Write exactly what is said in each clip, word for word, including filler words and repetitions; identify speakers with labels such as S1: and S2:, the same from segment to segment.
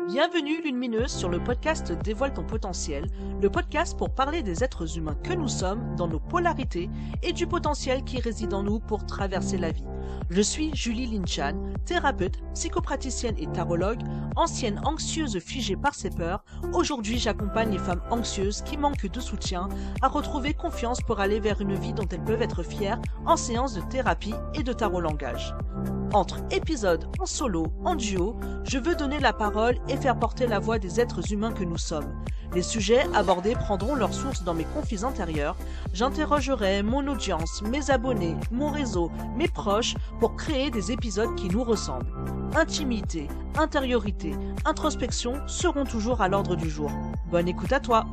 S1: Bienvenue Lumineuse sur le podcast Dévoile ton potentiel, le podcast pour parler des êtres humains que nous sommes, dans nos polarités et du potentiel qui réside en nous pour traverser la vie. Je suis Julie Linchan, thérapeute, psychopraticienne et tarologue, ancienne anxieuse figée par ses peurs. Aujourd'hui, j'accompagne les femmes anxieuses qui manquent de soutien à retrouver confiance pour aller vers une vie dont elles peuvent être fières en séance de thérapie et de tarot langage. Entre épisodes en solo, en duo, je veux donner la parole et faire porter la voix des êtres humains que nous sommes. Les sujets abordés prendront leur source dans mes conflits intérieurs. J'interrogerai mon audience, mes abonnés, mon réseau, mes proches pour créer des épisodes qui nous ressemblent. Intimité, intériorité, introspection seront toujours à l'ordre du jour. Bonne écoute à toi!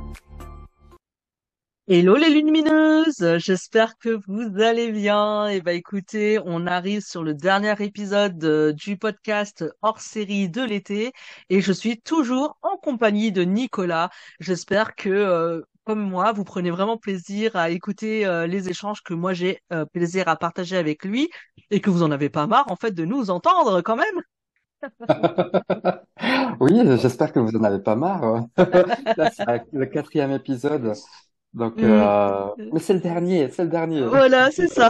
S1: Hello les lumineuses, j'espère que vous allez bien. Et bah écoutez, on arrive sur le dernier épisode euh, du podcast hors série de l'été et je suis toujours en compagnie de Nicolas. J'espère que euh, comme moi, vous prenez vraiment plaisir à écouter euh, les échanges que moi j'ai euh, plaisir à partager avec lui et que vous en avez pas marre en fait de nous entendre quand même.
S2: Oui, j'espère que vous en avez pas marre. Là, c'est la- le quatrième épisode. Donc,
S1: Mm.
S2: euh, mais c'est le dernier, c'est le dernier.
S1: Voilà, c'est ça.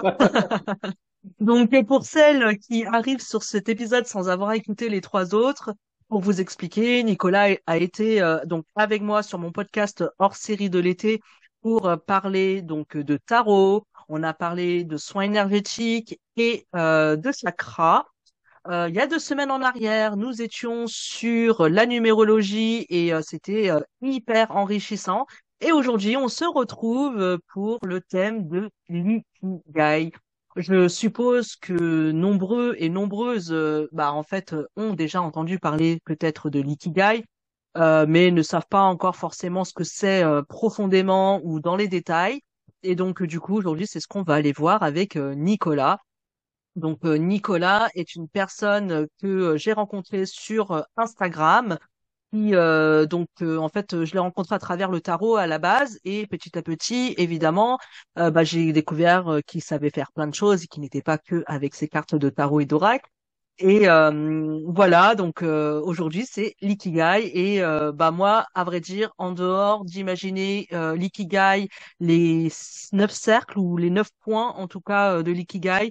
S1: Donc, euh, pour celles qui arrivent sur cet épisode sans avoir écouté les trois autres, pour vous expliquer, Nicolas a été euh, donc avec moi sur mon podcast hors série de l'été pour euh, parler donc de tarot. On a parlé de soins énergétiques et euh, de chakras. Euh, il y a deux semaines en arrière, nous étions sur la numérologie et euh, c'était euh, hyper enrichissant. Et aujourd'hui, on se retrouve euh, pour le thème de l'ikigai. Je suppose que nombreux et nombreuses, euh, bah, en fait, euh, ont déjà entendu parler peut-être de l'ikigai, euh, mais ne savent pas encore forcément ce que c'est euh, profondément ou dans les détails. Et donc, euh, du coup, aujourd'hui, c'est ce qu'on va aller voir avec euh, Nicolas. Donc euh, Nicolas est une personne euh, que euh, j'ai rencontrée sur euh, Instagram. Qui, euh, donc euh, en fait, euh, je l'ai rencontré à travers le tarot à la base et petit à petit, évidemment, euh, bah, j'ai découvert euh, qu'il savait faire plein de choses et qu'il n'était pas que avec ses cartes de tarot et d'oracle. Et euh, voilà, donc euh, aujourd'hui c'est l'ikigai et euh, bah moi, à vrai dire, en dehors d'imaginer euh, l'ikigai, les s- neuf cercles ou les neuf points en tout cas euh, de l'ikigai,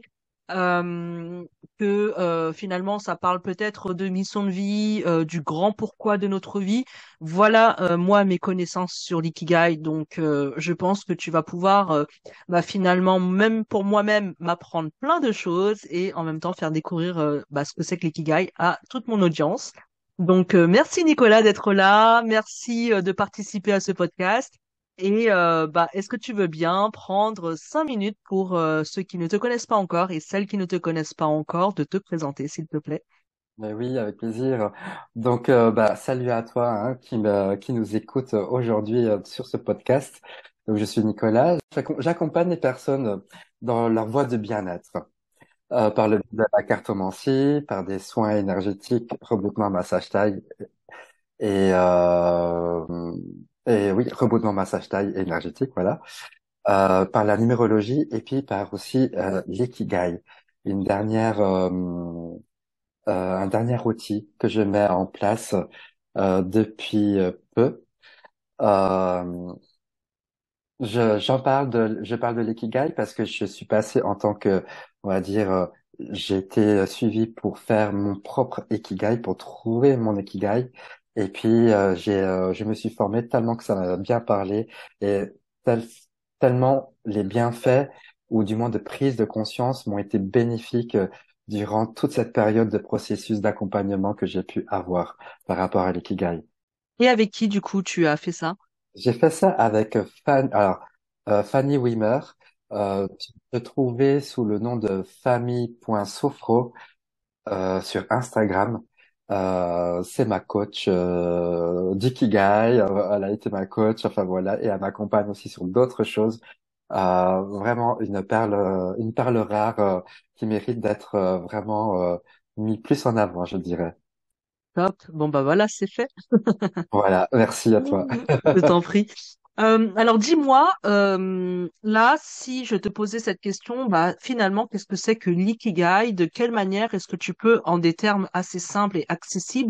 S1: euh, que euh, finalement ça parle peut-être de mission de vie, euh, du grand pourquoi de notre vie. Voilà euh, moi mes connaissances sur l'ikigai, donc euh, je pense que tu vas pouvoir euh, bah, finalement, même pour moi-même, m'apprendre plein de choses et en même temps faire découvrir euh, bah, ce que c'est que l'ikigai à toute mon audience. Donc, euh, merci Nicolas d'être là, merci euh, de participer à ce podcast. Et euh, bah, est-ce que tu veux bien prendre cinq minutes pour euh, ceux qui ne te connaissent pas encore et celles qui ne te connaissent pas encore de te présenter, s'il te plaît?
S2: Mais oui, avec plaisir. Donc, euh, bah, salut à toi hein, qui me, qui nous écoute aujourd'hui euh, sur ce podcast. Donc, je suis Nicolas. J'accom- J'accompagne les personnes dans leur voie de bien-être. Euh, par le biais de la cartomancie, par des soins énergétiques, reboutement, massage taille et euh, et oui, reboutement, massage taille énergétique, voilà. Euh, par la numérologie et puis par aussi euh, l'ikigai, une dernière euh, euh, un dernier outil que je mets en place euh, depuis euh, peu. Euh, je, j'en parle de, je parle de l'ikigai parce que je suis passé en tant que, on va dire, euh, j'ai été suivi pour faire mon propre ikigai, pour trouver mon ikigai. Et puis, euh, j'ai, euh, je me suis formé tellement que ça m'a bien parlé et tel- tellement les bienfaits, ou du moins de prise de conscience, m'ont été bénéfiques euh, durant toute cette période de processus d'accompagnement que j'ai pu avoir par rapport à l'ikigai.
S1: Et avec qui, du coup, tu as fait ça?
S2: J'ai fait ça avec euh, Fan, alors, euh, Fanny Wimmer. Euh, tu peux trouver sous le nom de famille.sophro euh, sur Instagram. Euh, c'est ma coach euh, d'Ikigai. Euh, elle a été ma coach. Enfin voilà, et elle m'accompagne aussi sur d'autres choses. Euh, vraiment une perle, euh, une perle rare euh, qui mérite d'être euh, vraiment euh, mis plus en avant, je dirais.
S1: Top. Bon, bah voilà, c'est fait.
S2: Voilà, merci à toi.
S1: Je t'en prie. Euh, alors dis-moi, euh, là, si je te posais cette question, bah finalement, qu'est-ce que c'est que l'ikigai? De quelle manière est-ce que tu peux, en des termes assez simples et accessibles,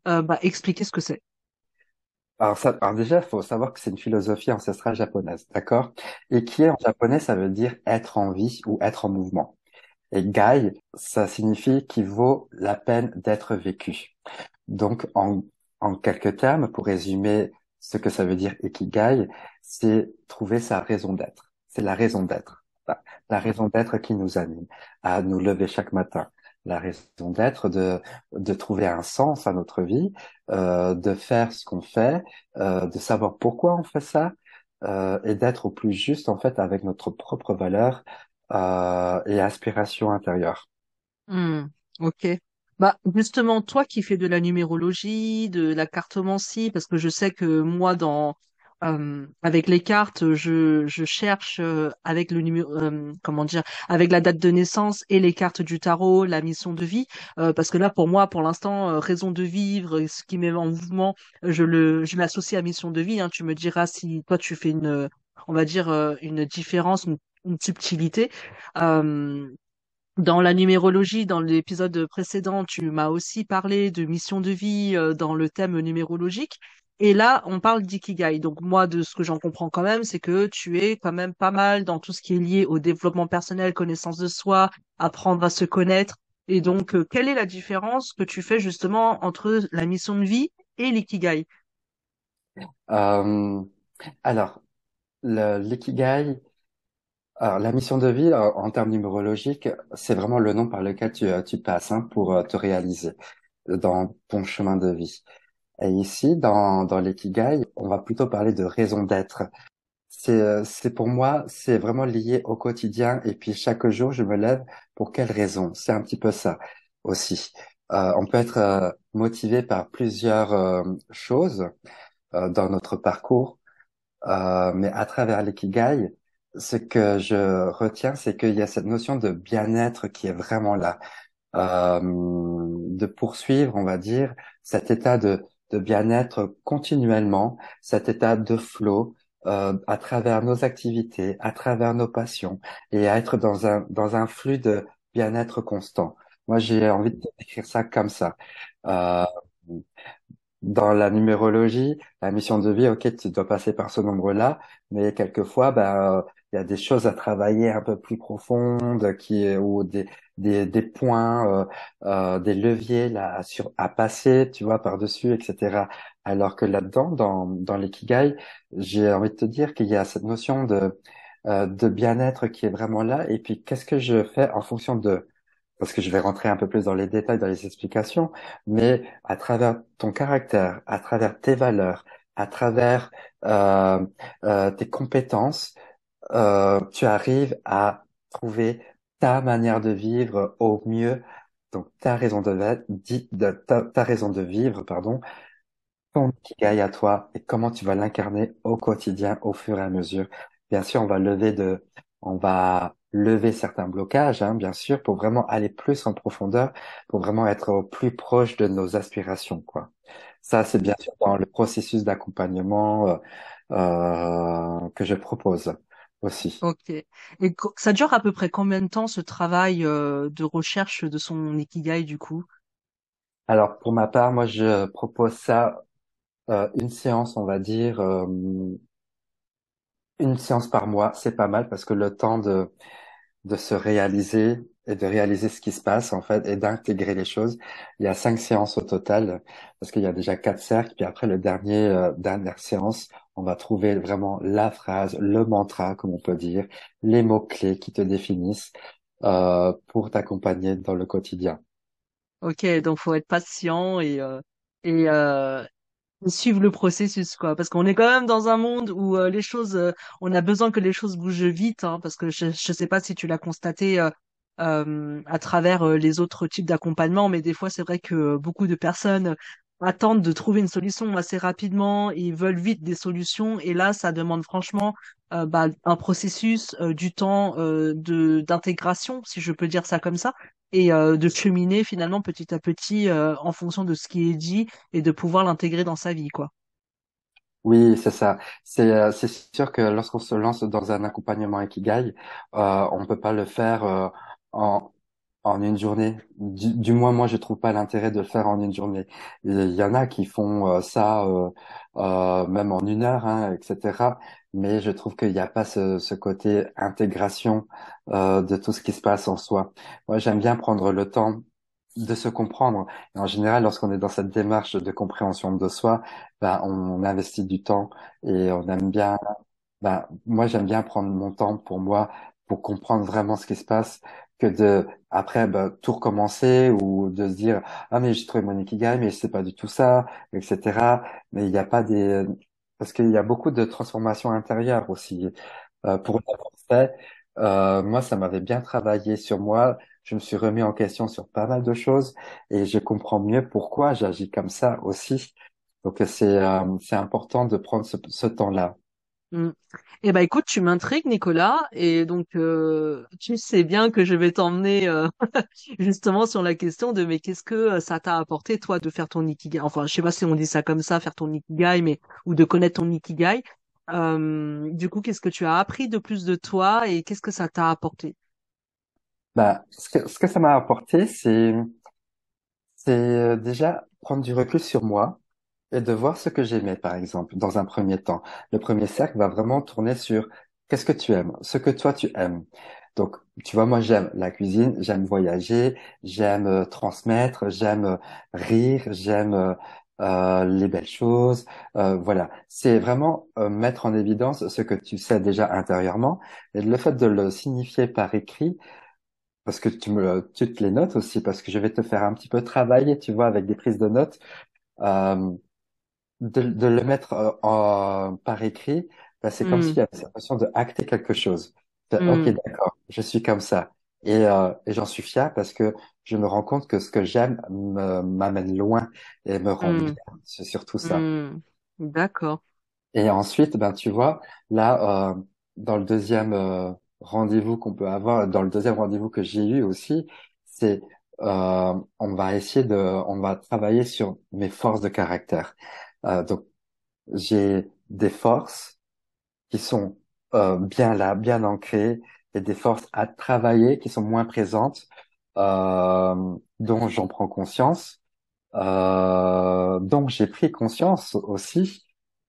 S1: euh, bah, expliquer ce que c'est.
S2: Alors, ça, alors déjà, il faut savoir que c'est une philosophie ancestrale japonaise, d'accord? Et qui est en japonais, ça veut dire être en vie ou être en mouvement. Et gai, ça signifie qu'il vaut la peine d'être vécu. Donc, en, en quelques termes, pour résumer ce que ça veut dire ikigai, c'est trouver sa raison d'être. C'est la raison d'être. Enfin, la raison d'être qui nous anime à nous lever chaque matin. La raison d'être de, de trouver un sens à notre vie, euh, de faire ce qu'on fait, euh, de savoir pourquoi on fait ça, euh, et d'être au plus juste, en fait, avec notre propre valeur, euh, et aspiration intérieure.
S1: Hmm, ok. Bah, justement, toi qui fais de la numérologie, de la cartomancie, parce que je sais que moi, dans euh, avec les cartes, je, je cherche euh, avec le numéro, euh, comment dire, avec la date de naissance et les cartes du tarot, la mission de vie, euh, parce que là, pour moi, pour l'instant, euh, raison de vivre, et ce qui met en mouvement, je le, je l'associe à mission de vie. Hein. Tu me diras si toi tu fais une, on va dire, euh, une différence, une, une subtilité. Euh, Dans la numérologie, dans l'épisode précédent, tu m'as aussi parlé de mission de vie euh, dans le thème numérologique. Et là, on parle d'ikigai. Donc moi, de ce que j'en comprends quand même, c'est que tu es quand même pas mal dans tout ce qui est lié au développement personnel, connaissance de soi, apprendre à se connaître. Et donc, euh, quelle est la différence que tu fais justement entre la mission de vie et l'ikigai?
S2: Euh, alors, le- l'ikigai, alors la mission de vie, euh, en termes numérologiques, c'est vraiment le nom par lequel tu, euh, tu passes, hein, pour euh, te réaliser dans ton chemin de vie. Et ici, dans, dans l'ikigai, on va plutôt parler de raison d'être. C'est, euh, c'est pour moi, c'est vraiment lié au quotidien. Et puis chaque jour, je me lève pour quelle raison? C'est un petit peu ça aussi. Euh, on peut être euh, motivé par plusieurs euh, choses euh, dans notre parcours. Euh, mais à travers l'ikigai, ce que je retiens, c'est qu'il y a cette notion de bien-être qui est vraiment là. Euh, de poursuivre, on va dire, cet état de, de bien-être continuellement, cet état de flow, euh, à travers nos activités, à travers nos passions, et à être dans un, dans un flux de bien-être constant. Moi, j'ai envie de décrire ça comme ça. Euh, dans la numérologie, la mission de vie, ok, tu dois passer par ce nombre-là, mais quelquefois, ben, euh, il y a des choses à travailler un peu plus profondes, qui ou des des, des points, euh, euh, des leviers là sur à passer, tu vois, par-dessus, et cetera. Alors que là-dedans, dans dans l'ikigai, j'ai envie de te dire qu'il y a cette notion de euh, de bien-être qui est vraiment là. Et puis, qu'est-ce que je fais en fonction de parce que je vais rentrer un peu plus dans les détails, dans les explications, mais à travers ton caractère, à travers tes valeurs, à travers euh, euh, tes compétences, euh, tu arrives à trouver ta manière de vivre au mieux, donc ta raison de, vi- di- de- ta, ta raison de vivre, pardon, ton ikigai à toi et comment tu vas l'incarner au quotidien au fur et à mesure. Bien sûr, on va lever de, on va lever certains blocages, hein, bien sûr, pour vraiment aller plus en profondeur, pour vraiment être au plus proche de nos aspirations, quoi. Ça, c'est bien sûr dans le processus d'accompagnement euh, euh, que je propose aussi.
S1: Ok. Et co- ça dure à peu près combien de temps ce travail euh, de recherche de son ikigai du coup?
S2: Alors, pour ma part, moi, je propose ça, euh, une séance, on va dire, euh, une séance par mois, c'est pas mal parce que le temps de de se réaliser et de réaliser ce qui se passe en fait et d'intégrer les choses. Il y a cinq séances au total parce qu'il y a déjà quatre cercles. Puis après le dernier euh, dernière séance, on va trouver vraiment la phrase, le mantra comme on peut dire, les mots clés qui te définissent euh, pour t'accompagner dans le quotidien.
S1: Ok, donc faut être patient et euh, et euh, suivre le processus quoi, parce qu'on est quand même dans un monde où euh, les choses, euh, on a besoin que les choses bougent vite, hein, parce que je je sais pas si tu l'as constaté euh, euh, à travers euh, les autres types d'accompagnement, mais des fois c'est vrai que euh, beaucoup de personnes attendent de trouver une solution assez rapidement, ils veulent vite des solutions, et là ça demande franchement euh, bah, un processus, euh, du temps euh, de d'intégration, si je peux dire ça comme ça, et euh, de cheminer finalement petit à petit euh, en fonction de ce qui est dit et de pouvoir l'intégrer dans sa vie, quoi.
S2: Oui, c'est ça. C'est euh, c'est sûr que lorsqu'on se lance dans un accompagnement Ikigai, euh, on peut pas le faire euh, en une journée. Du, du moins, moi, je trouve pas l'intérêt de le faire en une journée. Il y en a qui font euh, ça euh, euh, même en une heure, hein, et cetera. Mais je trouve qu'il n'y a pas ce, ce côté intégration euh, de tout ce qui se passe en soi. Moi, j'aime bien prendre le temps de se comprendre. Et en général, lorsqu'on est dans cette démarche de compréhension de soi, ben, on investit du temps et on aime bien ben, moi, j'aime bien prendre mon temps pour moi, pour comprendre vraiment ce qui se passe, que de, après, ben, tout recommencer ou de se dire, ah, mais j'ai trouvé mon ikigai, mais c'est pas du tout ça, et cetera. Mais il n'y a pas des, parce qu'il y a beaucoup de transformations intérieures aussi. Euh, pour l'avancer, euh, moi, ça m'avait bien travaillé sur moi. Je me suis remis en question sur pas mal de choses et je comprends mieux pourquoi j'agis comme ça aussi. Donc, c'est, euh, c'est important de prendre ce, ce temps-là.
S1: Mm. Eh ben écoute, tu m'intrigues, Nicolas, et donc euh, tu sais bien que je vais t'emmener euh, justement sur la question de mais qu'est-ce que euh, ça t'a apporté toi de faire ton ikigai? Enfin, je sais pas si on dit ça comme ça, faire ton ikigai, mais ou de connaître ton ikigai. Euh, du coup, qu'est-ce que tu as appris de plus de toi et qu'est-ce que ça t'a apporté?
S2: Bah, ce que, ce que ça m'a apporté, c'est, c'est euh, déjà prendre du recul sur moi et de voir ce que j'aimais, par exemple, dans un premier temps. Le premier cercle va vraiment tourner sur qu'est-ce que tu aimes, ce que toi tu aimes. Donc, tu vois, moi, j'aime la cuisine, j'aime voyager, j'aime euh, transmettre, j'aime euh, rire, j'aime euh, euh, les belles choses. Euh, voilà, c'est vraiment euh, mettre en évidence ce que tu sais déjà intérieurement et le fait de le signifier par écrit. Parce que tu me, tu te les notes aussi, parce que je vais te faire un petit peu travailler, tu vois, avec des prises de notes, euh, de, de le mettre euh, en, par écrit, ben, c'est comme
S1: Hmm,
S2: s'il y avait cette notion de acter quelque chose. De, ok,
S1: hmm,
S2: d'accord, je suis comme ça. Et, euh, et j'en suis fier parce que je me rends compte que ce que j'aime me- m'amène loin et me rend bien.
S1: hmm,
S2: C'est surtout ça.
S1: hmm. D'accord.
S2: Et ensuite, ben, tu vois, là, euh, dans le deuxième euh, rendez-vous qu'on peut avoir, dans le deuxième rendez-vous que j'ai eu aussi, c'est euh, on va essayer de, on va travailler sur mes forces de caractère. Euh, donc, j'ai des forces qui sont euh, bien là, bien ancrées, et des forces à travailler qui sont moins présentes, euh, dont j'en prends conscience, euh, dont j'ai pris conscience aussi.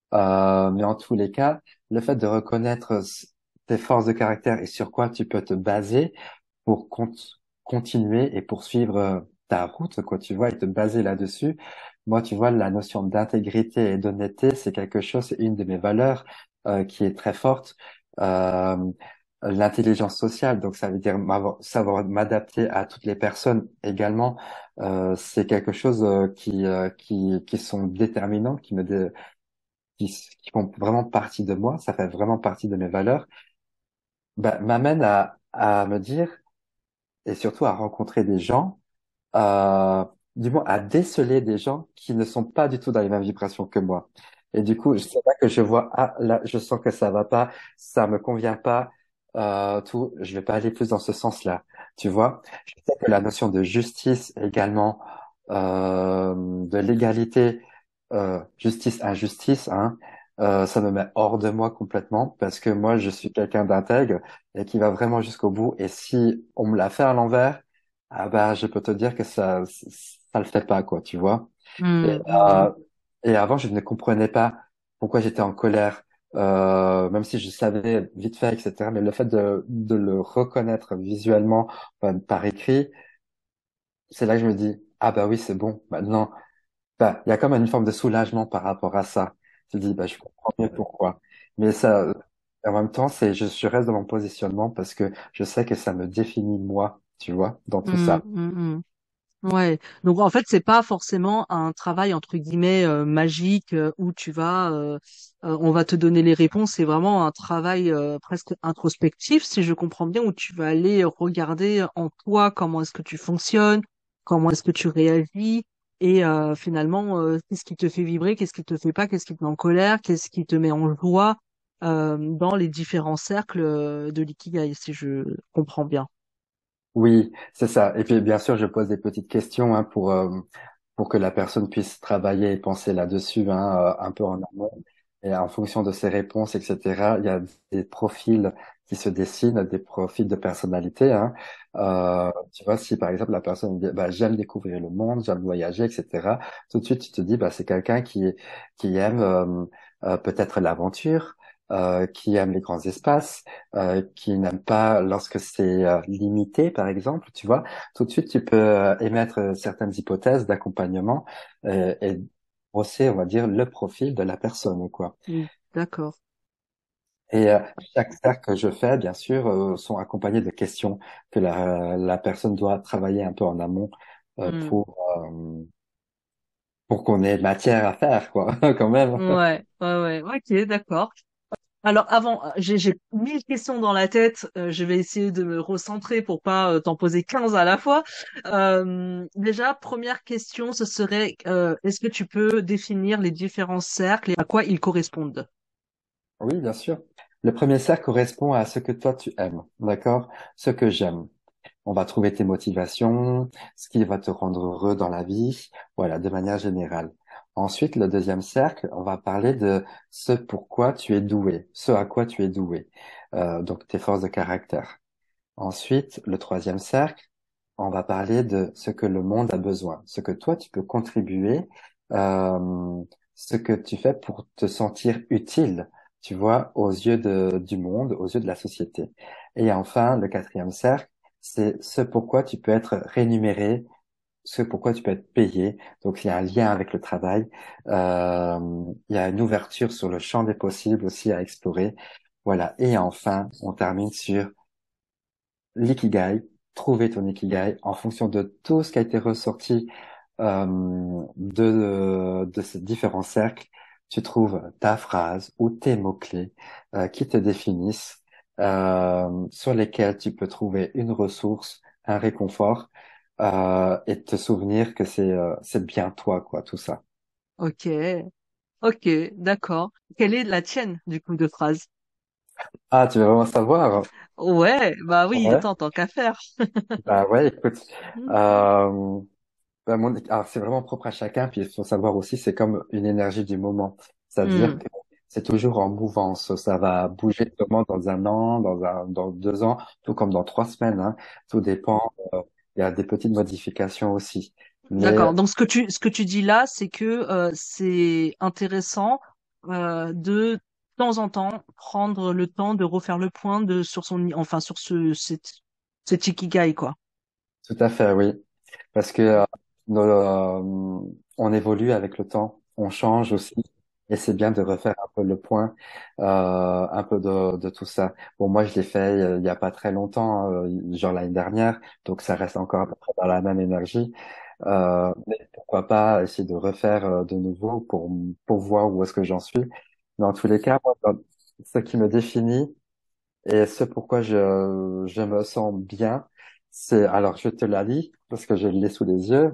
S2: Euh, mais en tous les cas, le fait de reconnaître s- tes forces de caractère et sur quoi tu peux te baser pour cont- continuer et poursuivre euh, ta route, quoi, tu vois, et te baser là-dessus. Moi, tu vois, la notion d'intégrité et d'honnêteté, c'est quelque chose, c'est une de mes valeurs euh, qui est très forte. Euh, L'intelligence sociale, donc ça veut dire m'avoir- savoir m'adapter à toutes les personnes également. Euh, c'est quelque chose euh, qui, euh, qui qui sont déterminants, qui me dé- qui, qui font vraiment partie de moi, ça fait vraiment partie de mes valeurs, bah, m'amène à, à me dire, et surtout à rencontrer des gens, euh, du moins à déceler des gens qui ne sont pas du tout dans les mêmes vibrations que moi. Et du coup, c'est là que je vois, ah là, je sens que ça va pas, ça me convient pas, euh, tout, je vais pas aller plus dans ce sens-là. Tu vois, je sais que la notion de justice également, euh, de l'égalité, euh, justice, injustice, hein, euh, ça me met hors de moi complètement parce que moi, je suis quelqu'un d'intègre et qui va vraiment jusqu'au bout. Et si on me l'a fait à l'envers, ah bah, je peux te dire que ça, ça le fait pas, quoi, tu vois. Et,
S1: Hmm, hmm,
S2: euh, et avant, je ne comprenais pas pourquoi j'étais en colère, euh, même si je savais vite fait, et cetera. Mais le fait de, de le reconnaître visuellement, euh, par écrit, c'est là que je me dis, ah bah oui, c'est bon. Maintenant, bah, il y a comme une forme de soulagement par rapport à ça. Je dis, bah, je comprends mieux pourquoi. Mais ça, en même temps, c'est, je, je reste dans mon positionnement parce que je sais que ça me définit moi, tu vois, dans tout
S1: hmm,
S2: ça.
S1: hmm, hmm. Ouais, donc en fait c'est pas forcément un travail entre guillemets euh, magique euh, où tu vas, euh, euh, on va te donner les réponses. C'est vraiment un travail euh, presque introspectif, si je comprends bien, où tu vas aller regarder en toi comment est-ce que tu fonctionnes, comment est-ce que tu réagis et euh, finalement euh, qu'est-ce qui te fait vibrer, qu'est-ce qui te fait pas, qu'est-ce qui te met en colère, qu'est-ce qui te met en joie euh, dans les différents cercles euh, de l'ikigai, si je comprends bien.
S2: Oui, c'est ça. Et puis, bien sûr, je pose des petites questions, hein, pour, euh, pour que la personne puisse travailler et penser là-dessus, hein, euh, un peu en amont. Et en fonction de ses réponses, et cetera, il y a des profils qui se dessinent, des profils de personnalité, hein. Euh, tu vois, si par exemple la personne dit, bah, j'aime découvrir le monde, j'aime voyager, et cetera. Tout de suite, tu te dis, bah, c'est quelqu'un qui qui aime euh, euh, peut-être l'aventure, euh, qui aime les grands espaces, euh, qui n'aime pas lorsque c'est euh, limité, par exemple. Tu vois, tout de suite, tu peux euh, émettre euh, certaines hypothèses d'accompagnement euh, et brosser, on va dire, le profil de la personne, quoi.
S1: Mm. D'accord.
S2: Et euh, chaque cercle que je fais, bien sûr, euh, sont accompagnés de questions que la, la personne doit travailler un peu en amont euh,
S1: Mm.
S2: pour euh, pour qu'on ait matière à faire, quoi, quand même.
S1: Ouais, ouais, ouais, ok, d'accord. Alors avant, euh, j'ai j'ai mille questions dans la tête. Euh, je vais essayer de me recentrer pour pas euh, t'en poser quinze à la fois. Euh, déjà, première question, ce serait euh, est-ce que tu peux définir les différents cercles et à quoi ils correspondent?
S2: Oui, bien sûr. Le premier cercle correspond à ce que toi tu aimes, d'accord? Ce que j'aime. On va trouver tes motivations, ce qui va te rendre heureux dans la vie, voilà, de manière générale. Ensuite, le deuxième cercle, on va parler de ce pourquoi tu es doué, ce à quoi tu es doué, euh, donc tes forces de caractère. Ensuite, le troisième cercle, on va parler de ce que le monde a besoin, ce que toi tu peux contribuer, euh, ce que tu fais pour te sentir utile, tu vois, aux yeux de, du monde, aux yeux de la société. Et enfin, le quatrième cercle, c'est ce pourquoi tu peux être rémunéré, ce pourquoi tu peux être payé. Donc, il y a un lien avec le travail. Euh, il y a une ouverture sur le champ des possibles aussi à explorer. Voilà. Et enfin, on termine sur l'ikigai, trouver ton ikigai en fonction de tout ce qui a été ressorti euh, de, de ces différents cercles. Tu trouves ta phrase ou tes mots-clés euh, qui te définissent, euh, sur lesquels tu peux trouver une ressource, un réconfort euh, et te souvenir que c'est euh, c'est bien toi, quoi, tout ça.
S1: Ok, ok, d'accord. Quelle est la tienne du coup de phrase?
S2: Ah, tu veux vraiment savoir?
S1: Ouais, bah oui,
S2: Ouais.
S1: attends, tant qu'à faire.
S2: Bah ouais, écoute. Euh, Ben, mon- alors, c'est vraiment propre à chacun, puis il faut savoir aussi, c'est comme une énergie du moment. C'est-à-dire
S1: Hmm,
S2: que c'est toujours en mouvance. Ça va bouger comment dans un an, dans un, dans deux ans, tout comme dans trois semaines, hein. Tout dépend. euh, Il y a des petites modifications aussi. Mais
S1: d'accord. Donc ce que tu ce que tu dis là, c'est que euh, c'est intéressant euh, de temps en temps prendre le temps de refaire le point de sur son enfin sur ce cet, cet ikigai quoi.
S2: tout à fait, oui. Parce que euh, nos, euh, on évolue avec le temps, on change aussi, et c'est bien de refaire un peu le point, euh, un peu de, de tout ça. Bon, moi, je l'ai fait euh, il y a pas très longtemps, euh, genre l'année dernière, donc ça reste encore à peu près dans la même énergie. Euh, mais pourquoi pas essayer de refaire euh, de nouveau pour pour voir où est-ce que j'en suis. Mais en tous les cas, moi, dans- ce qui me définit et ce pourquoi je je me sens bien, c'est alors je te la lis parce que je l'ai sous les yeux.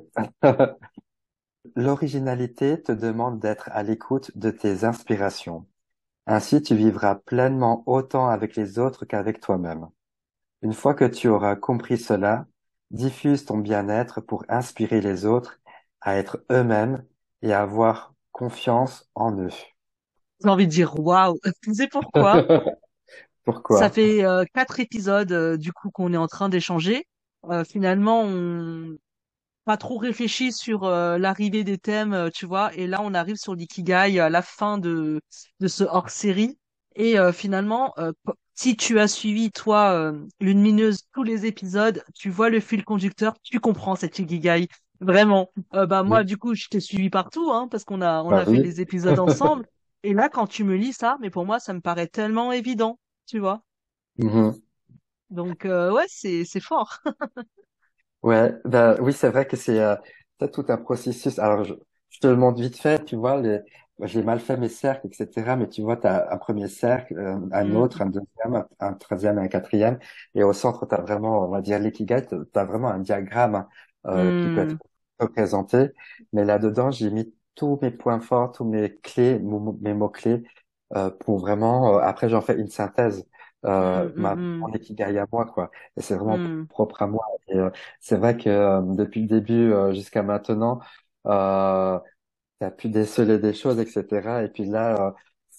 S2: L'originalité te demande d'être à l'écoute de tes inspirations. Ainsi, tu vivras pleinement autant avec les autres qu'avec toi-même. Une fois que tu auras compris cela, diffuse ton bien-être pour inspirer les autres à être eux-mêmes et à avoir confiance en eux.
S1: J'ai envie de dire waouh. Tu sais pourquoi? Ça
S2: Pourquoi?
S1: fait euh, quatre épisodes euh, du coup qu'on est en train d'échanger. Euh, finalement, on pas trop réfléchi sur euh, l'arrivée des thèmes, euh, tu vois. Et là, on arrive sur l'ikigai à la fin de, de ce hors-série. Et euh, finalement, euh, p- si tu as suivi, toi, euh, Lumineuse, tous les épisodes, tu vois le fil conducteur, tu comprends cet ikigai. Vraiment. Euh, bah moi,
S2: Oui.
S1: du coup, je t'ai suivi partout, hein, parce qu'on a on
S2: Bah
S1: a fait
S2: oui.
S1: les épisodes ensemble. Et là, quand tu me lis ça, mais pour moi, ça me paraît tellement évident, tu vois.
S2: Mhm.
S1: Donc euh, ouais, c'est c'est fort.
S2: Ouais, bah, oui, c'est vrai que c'est euh, c'est tout un processus. Alors, je, je te le montre vite fait, tu vois, les, moi, j'ai mal fait mes cercles, et cetera. Mais tu vois, tu as un premier cercle, euh, un autre,
S1: Mm,
S2: un deuxième, un, un troisième et un quatrième. Et au centre, tu as vraiment, on va dire, l'ikigai, tu as vraiment un diagramme hein, euh, qui peut être
S1: mm,
S2: représenté. Mais là-dedans, j'ai mis tous mes points forts, tous mes clés, mo- mes mots-clés, euh, pour vraiment, euh, après, j'en fais une synthèse, euh,
S1: mm,
S2: ma,
S1: mm,
S2: mon ikigai à moi, quoi. Et c'est vraiment
S1: mm,
S2: propre à moi. Et, euh, c'est vrai que euh, depuis le début euh, jusqu'à maintenant, euh, tu as pu déceler des choses, et cetera. Et puis là, euh,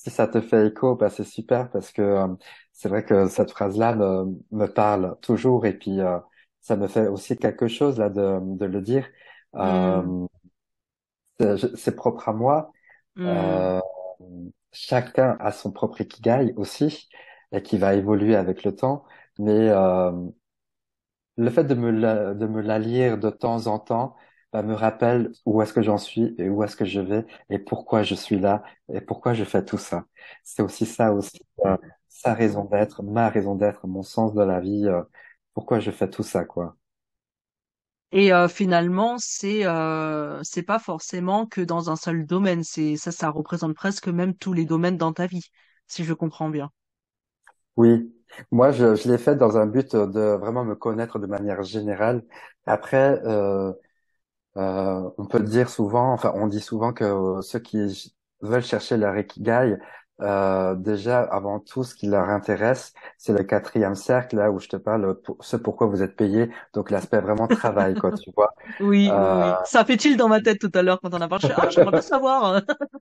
S2: si ça te fait écho, bah c'est super parce que euh, c'est vrai que cette phrase-là me, me parle toujours et puis euh, ça me fait aussi quelque chose là de, de le dire.
S1: Hmm,
S2: Euh, c'est je- c'est propre à moi.
S1: hmm.
S2: Euh, Chacun a son propre ikigai aussi et qui va évoluer avec le temps. Mais euh, le fait de me la, de me la lire de temps en temps bah, me rappelle où est-ce que j'en suis et où est-ce que je vais et pourquoi je suis là et pourquoi je fais tout ça. C'est aussi ça aussi, euh, sa raison d'être, ma raison d'être, mon sens de la vie, euh, pourquoi je fais tout ça, quoi.
S1: Et euh, finalement, c'est euh, c'est pas forcément que dans un seul domaine. C'est ça, ça représente presque même tous les domaines dans ta vie, si je comprends bien.
S2: Oui, moi je, je l'ai fait dans un but de vraiment me connaître de manière générale. Après, euh, Euh, on peut dire souvent, enfin, on dit souvent que euh, ceux qui veulent chercher leur ikigai, euh, déjà, avant tout, ce qui leur intéresse, c'est le quatrième cercle, là où je te parle, pour, ce pourquoi vous êtes payé, donc l'aspect vraiment travail, quoi, tu vois.
S1: Oui, oui,
S2: Euh,
S1: oui. Ça fait-il dans ma tête tout à l'heure quand on a parlé. Je fais, ah, j'aimerais bien savoir.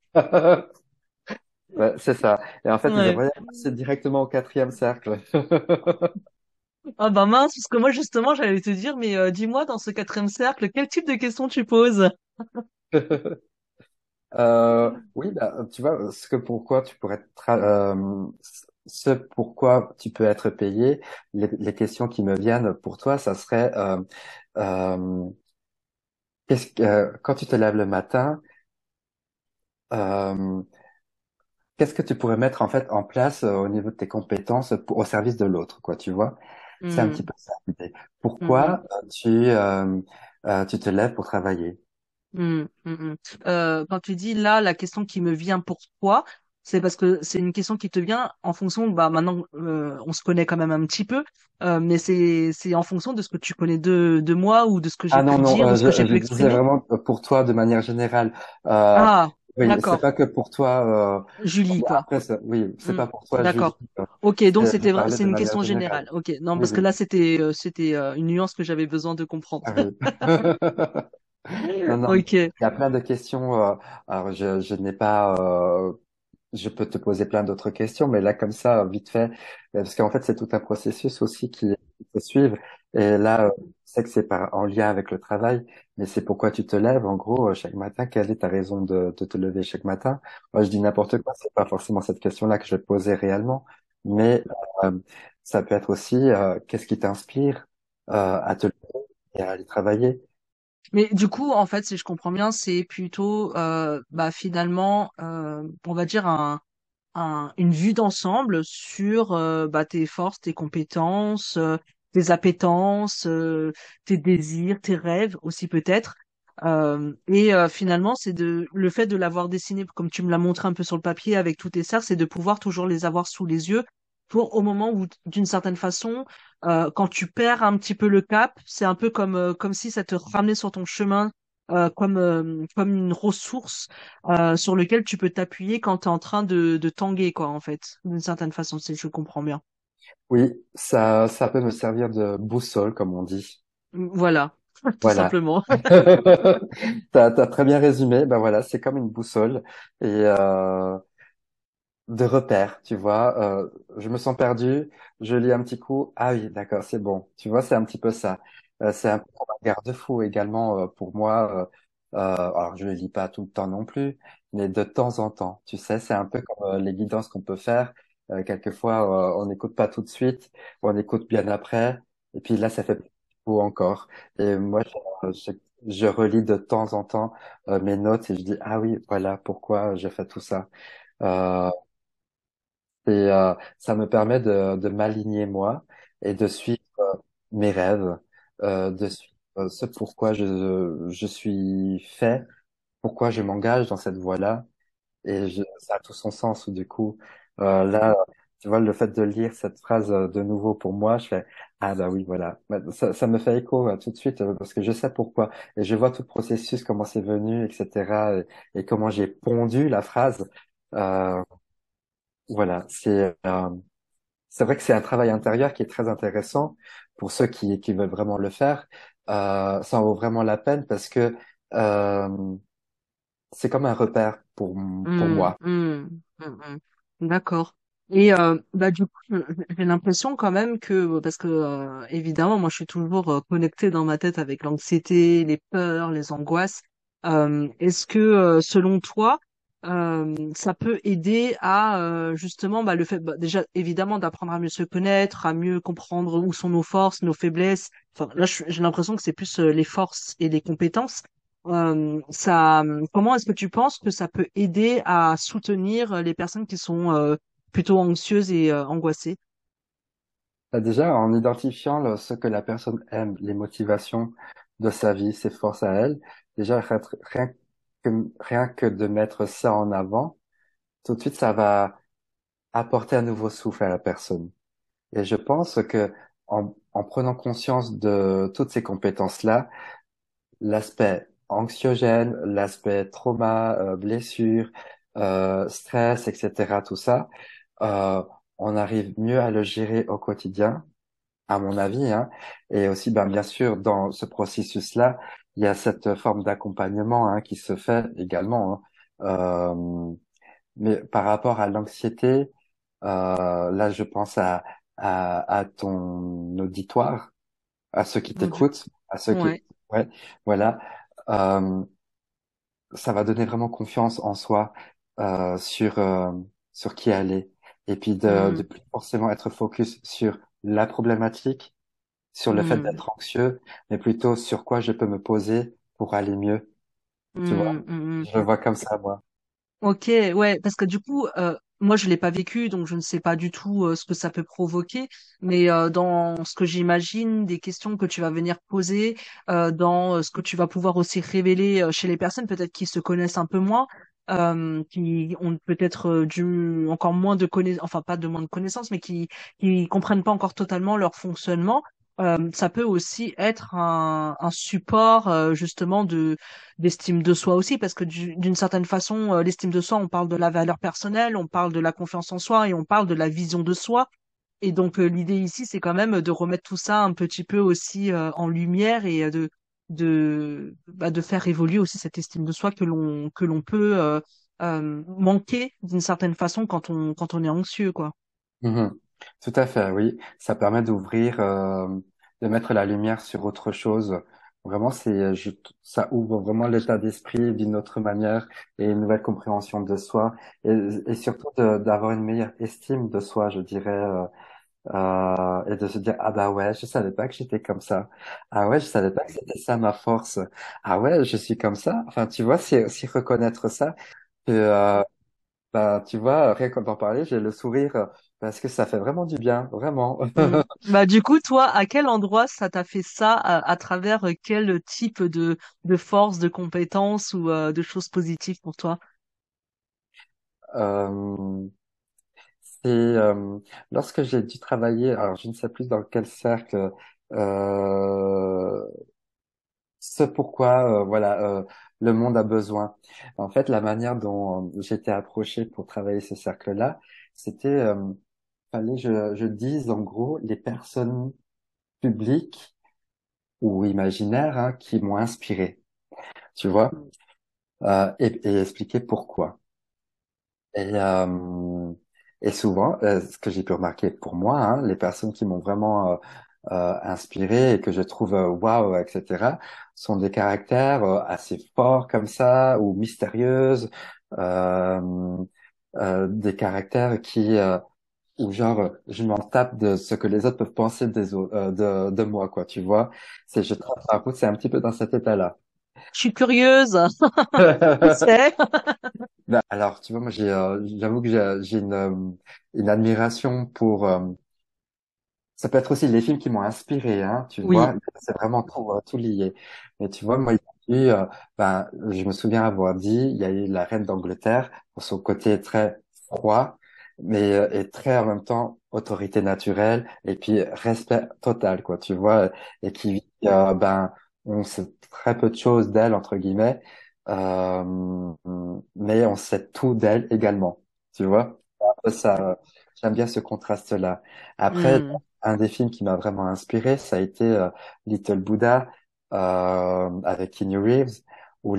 S2: ouais, c'est ça. Et en fait, ils
S1: Ouais.
S2: aimeraient passer directement au quatrième cercle.
S1: Ah bah mince, parce que moi justement, j'allais te dire, mais euh, dis-moi dans ce quatrième cercle, quel type de questions tu poses?
S2: Euh, oui, bah, tu vois, ce que pourquoi tu pourrais tra- euh, ce pourquoi tu peux être payé, les, les questions qui me viennent pour toi, ça serait euh, euh, qu'est-ce que, euh, quand tu te lèves le matin, euh, qu'est-ce que tu pourrais mettre en fait en place euh, au niveau de tes compétences pour- au service de l'autre, quoi, tu vois? C'est un petit
S1: Hmm,
S2: peu ça l'idée.
S1: hmm,
S2: Pourquoi euh, tu euh, euh, tu te lèves pour travailler?
S1: hmm, hmm, hmm. Euh, quand tu dis là, la question qui me vient pour toi, c'est parce que c'est une question qui te vient en fonction, bah maintenant euh, on se connaît quand même un petit peu, euh, mais c'est c'est en fonction de ce que tu connais de, de moi ou de ce que j'ai
S2: Ah non,
S1: pu
S2: non,
S1: dire ou
S2: euh,
S1: ce que j'ai
S2: je,
S1: pu
S2: je disais
S1: exprimer.
S2: vraiment pour toi de manière générale. Euh,
S1: Ah,
S2: oui, c'est
S1: d'accord,
S2: pas que pour toi. Euh,
S1: Julie, quoi.
S2: après, ça- oui, c'est
S1: Hmm,
S2: pas pour toi, Julie.
S1: d'accord. Ok, donc
S2: C'est- Je
S1: c'était vra-
S2: parlais
S1: c'est
S2: de
S1: une
S2: manière
S1: question
S2: générale.
S1: générale. Ok, non,
S2: Oui,
S1: parce que
S2: oui.
S1: là c'était euh, c'était euh, une nuance que j'avais besoin de comprendre.
S2: Ah oui. Non, non,
S1: Ok.
S2: il y a plein de questions. Euh, alors, je, je n'ai pas. Euh, je peux te poser plein d'autres questions, mais là, comme ça, vite fait, euh, parce qu'en fait, c'est tout un processus aussi qui qui se suivre. Et là, euh, je sais que c'est par, en lien avec le travail, mais c'est pourquoi tu te lèves, en gros, euh, chaque matin. Quelle est ta raison de, de te lever chaque matin? Moi, je dis n'importe quoi. C'est pas forcément cette question-là que je vais te poser réellement, mais euh, ça peut être aussi euh, qu'est-ce qui t'inspire euh, à te lever et à aller travailler.
S1: Mais du coup, en fait, si je comprends bien, c'est plutôt, euh, bah, finalement, euh, on va dire un, un- une vue d'ensemble sur euh, bah, tes forces, tes compétences, euh, tes appétences, euh, tes désirs, tes rêves aussi peut-être. Euh, et euh, finalement, c'est de le fait de l'avoir dessiné comme tu me l'as montré un peu sur le papier avec tous tes cercles, c'est de pouvoir toujours les avoir sous les yeux pour au moment où, d'une certaine façon, euh, quand tu perds un petit peu le cap, c'est un peu comme euh, comme si ça te ramenait sur ton chemin. euh, comme euh, comme une ressource euh, sur lequel tu peux t'appuyer quand tu es en train de, de tanguer, quoi, en fait, d'une certaine façon, si je comprends bien.
S2: Oui, ça, ça peut me servir de boussole, comme on dit.
S1: Voilà, tout
S2: Voilà.
S1: simplement.
S2: T'as, t'as très bien résumé. Ben voilà, c'est comme une boussole et euh, de repère, tu vois. Euh, je me sens perdu, je lis un petit coup. Ah oui, d'accord, c'est bon. Tu vois, c'est un petit peu ça. Euh, c'est un peu comme un garde-fou également euh, pour moi. Euh, euh, alors, je ne lis pas tout le temps non plus, mais de temps en temps. Tu sais, c'est un peu comme euh, les guidances qu'on peut faire. Euh, quelquefois, euh, on n'écoute pas tout de suite, on écoute bien après, et puis là, ça fait ou encore. Et moi, je, je, je relis de temps en temps euh, mes notes et je dis, ah oui, voilà pourquoi j'ai fait tout ça. Euh, et euh, ça me permet de, de m'aligner moi et de suivre euh, mes rêves, euh, de suivre euh, ce pourquoi je, je suis fait, pourquoi je m'engage dans cette voie-là. Et je, ça a tout son sens du coup. Euh, là, tu vois, le fait de lire cette phrase euh, de nouveau pour moi, je fais, ah bah oui, voilà. Bah, Ça, ça me fait écho euh, tout de suite euh, parce que je sais pourquoi. Et je vois tout le processus, comment c'est venu, et cetera. Et, et comment j'ai pondu la phrase. Euh, voilà, c'est euh, c'est vrai que c'est un travail intérieur qui est très intéressant pour ceux qui, qui veulent vraiment le faire. Euh, ça en vaut vraiment la peine parce que euh, c'est comme un repère pour, pour
S1: Hmm,
S2: moi.
S1: hmm, hmm, hmm. D'accord. Et euh, bah du coup, je- j'ai l'impression quand même que parce que euh, évidemment, moi, je suis toujours euh, connectée dans ma tête avec l'anxiété, les peurs, les angoisses. Euh, est-ce que euh, selon toi, euh, ça peut aider à euh, justement bah, le fait bah, déjà évidemment d'apprendre à mieux se connaître, à mieux comprendre où sont nos forces, nos faiblesses. Enfin là, je- j'ai l'impression que c'est plus euh, les forces et les compétences. Euh, ça, comment est-ce que tu penses que ça peut aider à soutenir les personnes qui sont euh, plutôt anxieuses et euh, angoissées?
S2: Bah, déjà, en identifiant le- ce que la personne aime, les motivations de sa vie, ses forces à elle, déjà, rien rien que, rien que de mettre ça en avant, tout de suite, ça va apporter un nouveau souffle à la personne. Et je pense que en, en prenant conscience de toutes ces compétences-là, l'aspect anxiogène, l'aspect trauma, euh, blessure, euh, stress, et cetera, tout ça, euh, on arrive mieux à le gérer au quotidien, à mon avis, hein. Et aussi, ben, bien sûr, dans ce processus-là, il y a cette forme d'accompagnement, hein, qui se fait également, hein. Euh, mais par rapport à l'anxiété, euh, là, je pense à, à, à ton auditoire, à ceux qui
S1: Bon, du
S2: t'écoutent, à ceux qui,
S1: ouais.
S2: ouais, voilà. Euh, Ça va donner vraiment confiance en soi, euh, sur euh, sur qui elle est, et puis de de
S1: Hmm,
S2: plus forcément être focus sur la problématique, sur le fait
S1: hmm,
S2: d'être anxieux, mais plutôt sur quoi je peux me poser pour aller mieux. Tu vois,
S1: hmm, hmm,
S2: je le
S1: hmm.
S2: vois comme ça, moi.
S1: Ok, ouais, parce que du coup, euh, moi je l'ai pas vécu, donc je ne sais pas du tout euh, ce que ça peut provoquer. Mais euh, dans ce que j'imagine, des questions que tu vas venir poser, euh, dans euh, ce que tu vas pouvoir aussi révéler euh, chez les personnes, peut-être qui se connaissent un peu moins, euh, qui ont peut-être euh, du encore moins de connaissances, enfin pas de moins de connaissances, mais qui qui comprennent pas encore totalement leur fonctionnement. Euh, ça peut aussi être un, un support euh, justement de d'estime de soi aussi, parce que du- d'une certaine façon, euh, l'estime de soi, on parle de la valeur personnelle, on parle de la confiance en soi et on parle de la vision de soi. Et donc, euh, l'idée ici, c'est quand même de remettre tout ça un petit peu aussi euh, en lumière et euh, de, de, bah, de faire évoluer aussi cette estime de soi que l'on, que l'on peut euh, euh, manquer d'une certaine façon quand on, quand on est anxieux, quoi.
S2: Mhm. Tout à fait, oui. Ça permet d'ouvrir, euh, de mettre la lumière sur autre chose. Vraiment, c'est, je, ça ouvre vraiment l'état d'esprit d'une autre manière et une nouvelle compréhension de soi et, et surtout de- d'avoir une meilleure estime de soi, je dirais, euh, euh, et de se dire, ah bah ouais, je savais pas que j'étais comme ça. Ah ouais, je savais pas que c'était ça ma force. Ah ouais, je suis comme ça. Enfin, tu vois, c'est aussi reconnaître ça que, euh, bah, tu vois, rien qu'en d'en parler, j'ai le sourire, euh, parce que ça fait vraiment du bien, vraiment.
S1: Mm. Bah, du coup, toi, à quel endroit ça t'a fait ça, à, à travers euh, quel type de, de force, de compétences ou euh, de choses positives pour toi?
S2: Euh, c'est euh, lorsque j'ai dû travailler, alors je ne sais plus dans quel cercle, euh, ce pourquoi, euh, voilà, euh, le monde a besoin. En fait, la manière dont j'étais approché pour travailler ce cercle-là, c'était, euh, fallait que je, je dise en gros les personnes publiques ou imaginaires, hein, qui m'ont inspiré, tu vois, euh, et, et expliquer pourquoi. Et, euh, et souvent, euh, ce que j'ai pu remarquer pour moi, hein, les personnes qui m'ont vraiment euh, euh, inspiré et que je trouve euh, waouh, et cetera, sont des caractères euh, assez forts comme ça ou mystérieuses, euh, euh, des caractères qui, euh, où genre, je m'en tape de ce que les autres peuvent penser des autres, euh, de, de moi, quoi, tu vois. C'est, je trouve, par contre, c'est un petit peu dans cet état-là.
S1: Je suis curieuse. Qui c'est?
S2: Ben, alors, tu vois, moi, j'ai, euh, j'avoue que j'ai j'ai une, euh, une admiration pour. euh, ça peut être aussi les films qui m'ont inspiré, hein, tu
S1: Oui.
S2: vois. C'est vraiment tout, euh, tout lié. Mais tu vois, moi, il y a eu, euh, ben, je me souviens avoir dit, il y a eu la reine d'Angleterre pour son côté très froid, mais euh, et très en même temps autorité naturelle et puis respect total, quoi, tu vois. Et qui, euh, ben, on sait très peu de choses d'elle entre guillemets, euh, mais on sait tout d'elle également, tu vois. Ça, j'aime bien ce contraste-là. Après,
S1: Hmm.
S2: un des films qui m'a vraiment inspiré, ça a été euh, Little Buddha, euh, avec Keanu Reeves, où là, ça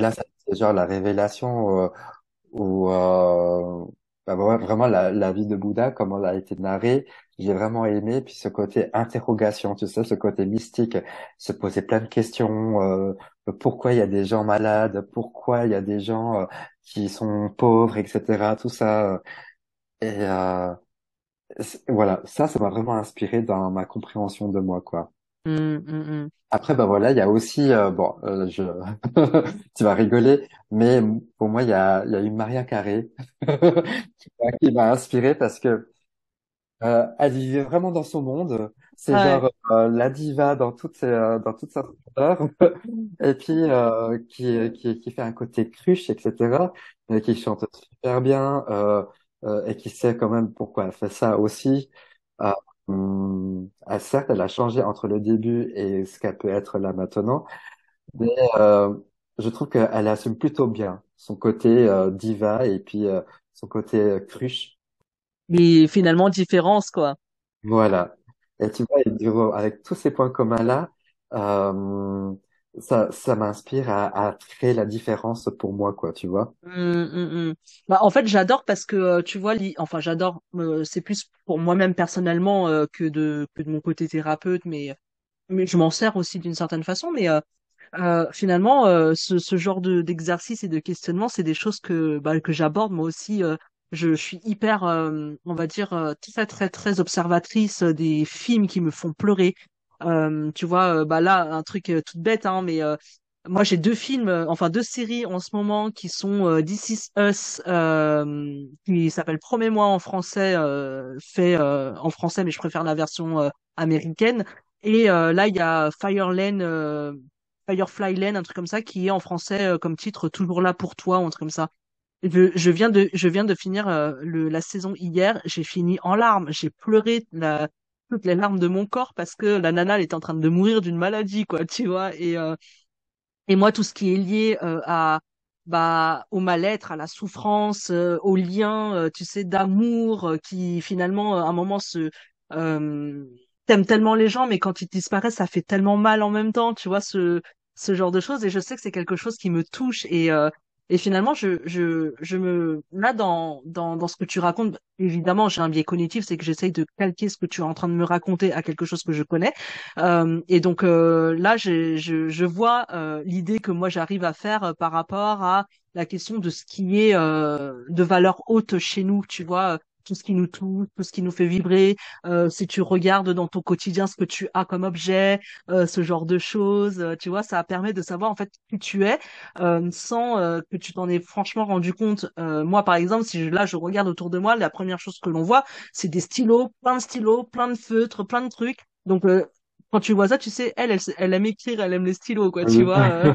S2: c'est genre la révélation euh, ou euh, bah, ouais, vraiment la, la vie de Bouddha, comment elle a été narrée, j'ai vraiment aimé. Puis ce côté interrogation, tu sais, ce côté mystique, se poser plein de questions. Euh, pourquoi il y a des gens malades, pourquoi il y a des gens euh, qui sont pauvres, et cetera. Tout ça. Et euh, c'est- voilà, ça, ça m'a vraiment inspiré dans ma compréhension de moi, quoi.
S1: Hum, hum, hum.
S2: Après, bah voilà, il y a aussi, euh, bon, euh, je, tu vas rigoler, mais pour moi, il y a, il y a eu Maria Carré qui m'a qui m'a inspiré parce que euh, elle vivait vraiment dans son monde. C'est
S1: Ouais.
S2: genre euh, la diva dans toute ses, euh, dans toute sa splendeur, et puis euh, qui, qui, qui fait un côté cruche, et cetera. Mais qui chante super bien euh, euh, et qui sait quand même pourquoi elle fait ça aussi. Euh, hum, ah, certes, elle a changé entre le début et ce qu'elle peut être là maintenant, mais euh, je trouve qu'elle assume plutôt bien son côté euh, diva et puis euh, son côté euh, cruche.
S1: Et finalement, différence, quoi.
S2: Voilà. Et tu vois, et du coup, avec tous ces points communs-là, euh, ça, ça m'inspire à, à créer la différence pour moi, quoi, tu vois.
S1: Hum, hum, hum. Bah, en fait, j'adore parce que, euh, tu vois, li- enfin, j'adore, euh, c'est plus pour moi-même personnellement euh, que de, que de mon côté thérapeute, mais, mais je m'en sers aussi d'une certaine façon. Mais euh, euh, finalement, euh, ce, ce genre de, d'exercice et de questionnement, c'est des choses que, bah, que j'aborde moi aussi. Euh, je, je suis hyper, euh, on va dire, euh, très, très, très observatrice des films qui me font pleurer. Euh, tu vois, euh, bah là, un truc euh, tout bête, hein, mais euh, moi, j'ai deux films, euh, enfin deux séries en ce moment qui sont euh, This Is Us, euh, qui s'appelle Promets-moi en français, euh, fait euh, en français, mais je préfère la version euh, américaine. Et euh, là, il y a Fire Lane, euh, Firefly Lane, un truc comme ça, qui est en français euh, comme titre Toujours là pour toi, ou un truc comme ça. Je, je viens de, je viens de finir euh, le, la saison hier. J'ai fini en larmes. J'ai pleuré la, toutes les larmes de mon corps parce que la nana, elle était en train de mourir d'une maladie, quoi, tu vois. Et euh, et moi, tout ce qui est lié euh, à bah au mal-être, à la souffrance, euh, au lien, euh, tu sais, d'amour, euh, qui finalement, euh, à un moment, se euh, t'aimes tellement les gens, mais quand ils disparaissent, ça fait tellement mal en même temps, tu vois, ce ce genre de choses. Et je sais que c'est quelque chose qui me touche. Et euh, et finalement, je je je me là dans dans dans ce que tu racontes, évidemment, j'ai un biais cognitif, c'est que j'essaye de calquer ce que tu es en train de me raconter à quelque chose que je connais. Euh, et donc euh, là, j'ai- je, je vois euh, l'idée que moi j'arrive à faire euh, par rapport à la question de ce qui est euh, de valeur haute chez nous, tu vois, euh, tout ce qui nous touche, tout ce qui nous fait vibrer. Euh, si tu regardes dans ton quotidien ce que tu as comme objet, euh, ce genre de choses, euh, tu vois, ça permet de savoir en fait qui tu es euh, sans euh, que tu t'en aies franchement rendu compte. Euh, moi, par exemple, si je, là je regarde autour de moi, la première chose que l'on voit, c'est des stylos, plein de stylos, plein de feutres, plein de trucs. Donc, euh, quand tu vois ça, tu sais, elle, elle, elle aime écrire, elle aime les stylos, quoi, tu
S2: Oui.
S1: vois. euh.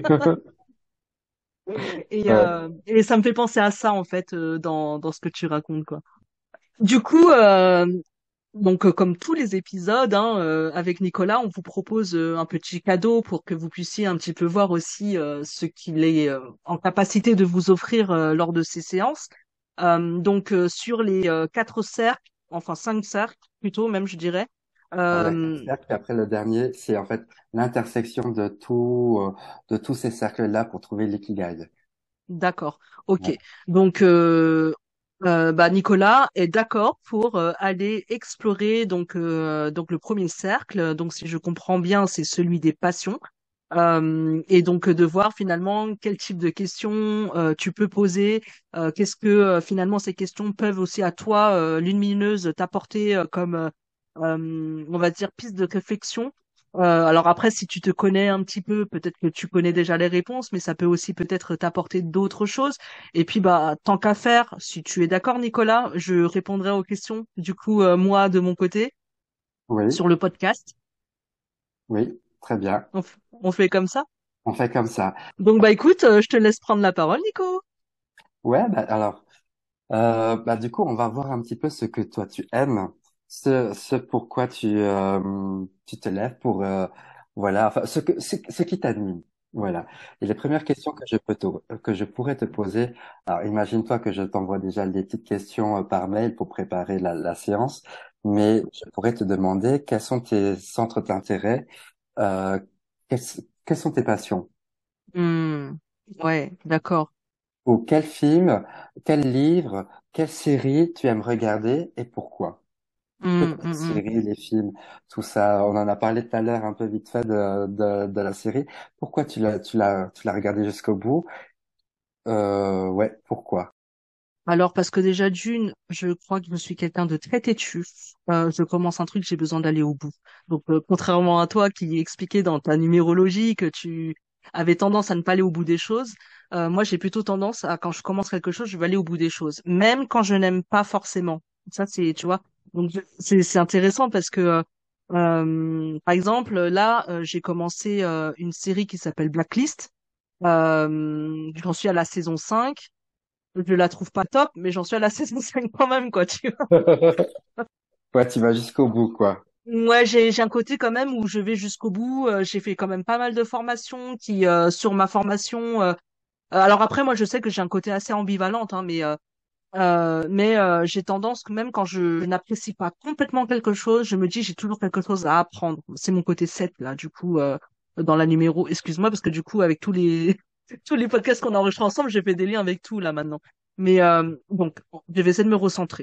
S1: Et,
S2: Ouais.
S1: euh, et ça me fait penser à ça, en fait, euh, dans, dans ce que tu racontes, quoi. Du coup, euh, donc, euh, comme tous les épisodes, hein, euh, avec Nicolas, on vous propose euh, un petit cadeau pour que vous puissiez un petit peu voir aussi euh, ce qu'il est euh, en capacité de vous offrir euh, lors de ces séances. Euh, donc, euh, sur les euh, quatre cercles, enfin cinq cercles, plutôt, même, je dirais.
S2: Alors, il y a quatre
S1: Euh,
S2: cercles, puis après le dernier, c'est en fait l'intersection de tout, euh, de tous ces cercles-là pour trouver l'ikigai.
S1: D'accord. Ok.
S2: Ouais.
S1: Donc, euh, euh, bah, Nicolas est d'accord pour euh, aller explorer donc euh, donc le premier cercle. Donc, si je comprends bien, c'est celui des passions. Euh, et donc euh, de voir finalement quel type de questions euh, tu peux poser. Euh, qu'est-ce que euh, finalement ces questions peuvent aussi à toi, euh, lumineuse, t'apporter euh, comme euh, euh, on va dire piste de réflexion. Euh, alors après, si tu te connais un petit peu, peut-être que tu connais déjà les réponses, mais ça peut aussi peut-être t'apporter d'autres choses. Et puis, bah, tant qu'à faire, si tu es d'accord, Nicolas, je répondrai aux questions, du coup, euh, moi, de mon côté,
S2: Oui,
S1: sur le podcast.
S2: oui, très bien.
S1: On, f- on fait comme ça.
S2: On fait comme ça.
S1: Donc, bah, écoute, euh, je te laisse prendre la parole, Nico.
S2: Ouais, bah, alors, euh, bah, du coup, on va voir un petit peu ce que toi tu aimes, ce, ce pourquoi tu, euh, tu te lèves pour, euh, voilà, enfin, ce que, ce, ce qui t'anime. Voilà. Et les premières questions que je peux te, que je pourrais te poser, alors imagine-toi que je t'envoie déjà des petites questions euh, par mail pour préparer la, la séance, mais je pourrais te demander quels sont tes centres d'intérêt, euh, quelles, quelles sont tes passions?
S1: Hmm. Ouais, d'accord.
S2: Ou quel film, quel livre, quelle série tu aimes regarder et pourquoi?
S1: Hum,
S2: Peut-être les
S1: hum, hum.
S2: séries, les films, tout ça. On en a parlé tout à l'heure un peu vite fait de, de, de la série. Pourquoi tu l'as, tu l'as, tu l'as regardé jusqu'au bout? Euh, ouais, pourquoi?
S1: Alors, parce que déjà, d'une, je crois que je suis quelqu'un de très têtu. Euh, je commence un truc, j'ai besoin d'aller au bout. Donc, euh, contrairement à toi qui expliquait dans ta numérologie que tu avais tendance à ne pas aller au bout des choses, euh, moi, j'ai plutôt tendance à, quand je commence quelque chose, je vais aller au bout des choses, même quand je n'aime pas forcément. Ça, c'est, tu vois. Donc, je- c'est, c'est intéressant parce que, euh, euh, par exemple, là, euh, j'ai commencé euh, une série qui s'appelle Blacklist. Euh, j'en suis à la saison cinq. Je la trouve pas top, mais j'en suis à la saison cinq quand même, quoi, tu vois.
S2: Ouais, tu vas jusqu'au bout, quoi.
S1: Ouais, j'ai, j'ai un côté quand même où je vais jusqu'au bout. Euh, j'ai fait quand même pas mal de formations qui, euh, sur ma formation. Euh, euh, alors après, moi, je sais que j'ai un côté assez ambivalent, hein, mais, euh, euh, mais euh, j'ai tendance que même quand je n'apprécie pas complètement quelque chose, je me dis j'ai toujours quelque chose à apprendre. C'est mon côté sept là, du coup, euh, dans la numéro. Excuse-moi, parce que du coup, avec tous les tous les podcasts qu'on a enregistrés ensemble, j'ai fait des liens avec tout là maintenant. Mais euh, donc, je vais essayer de me recentrer.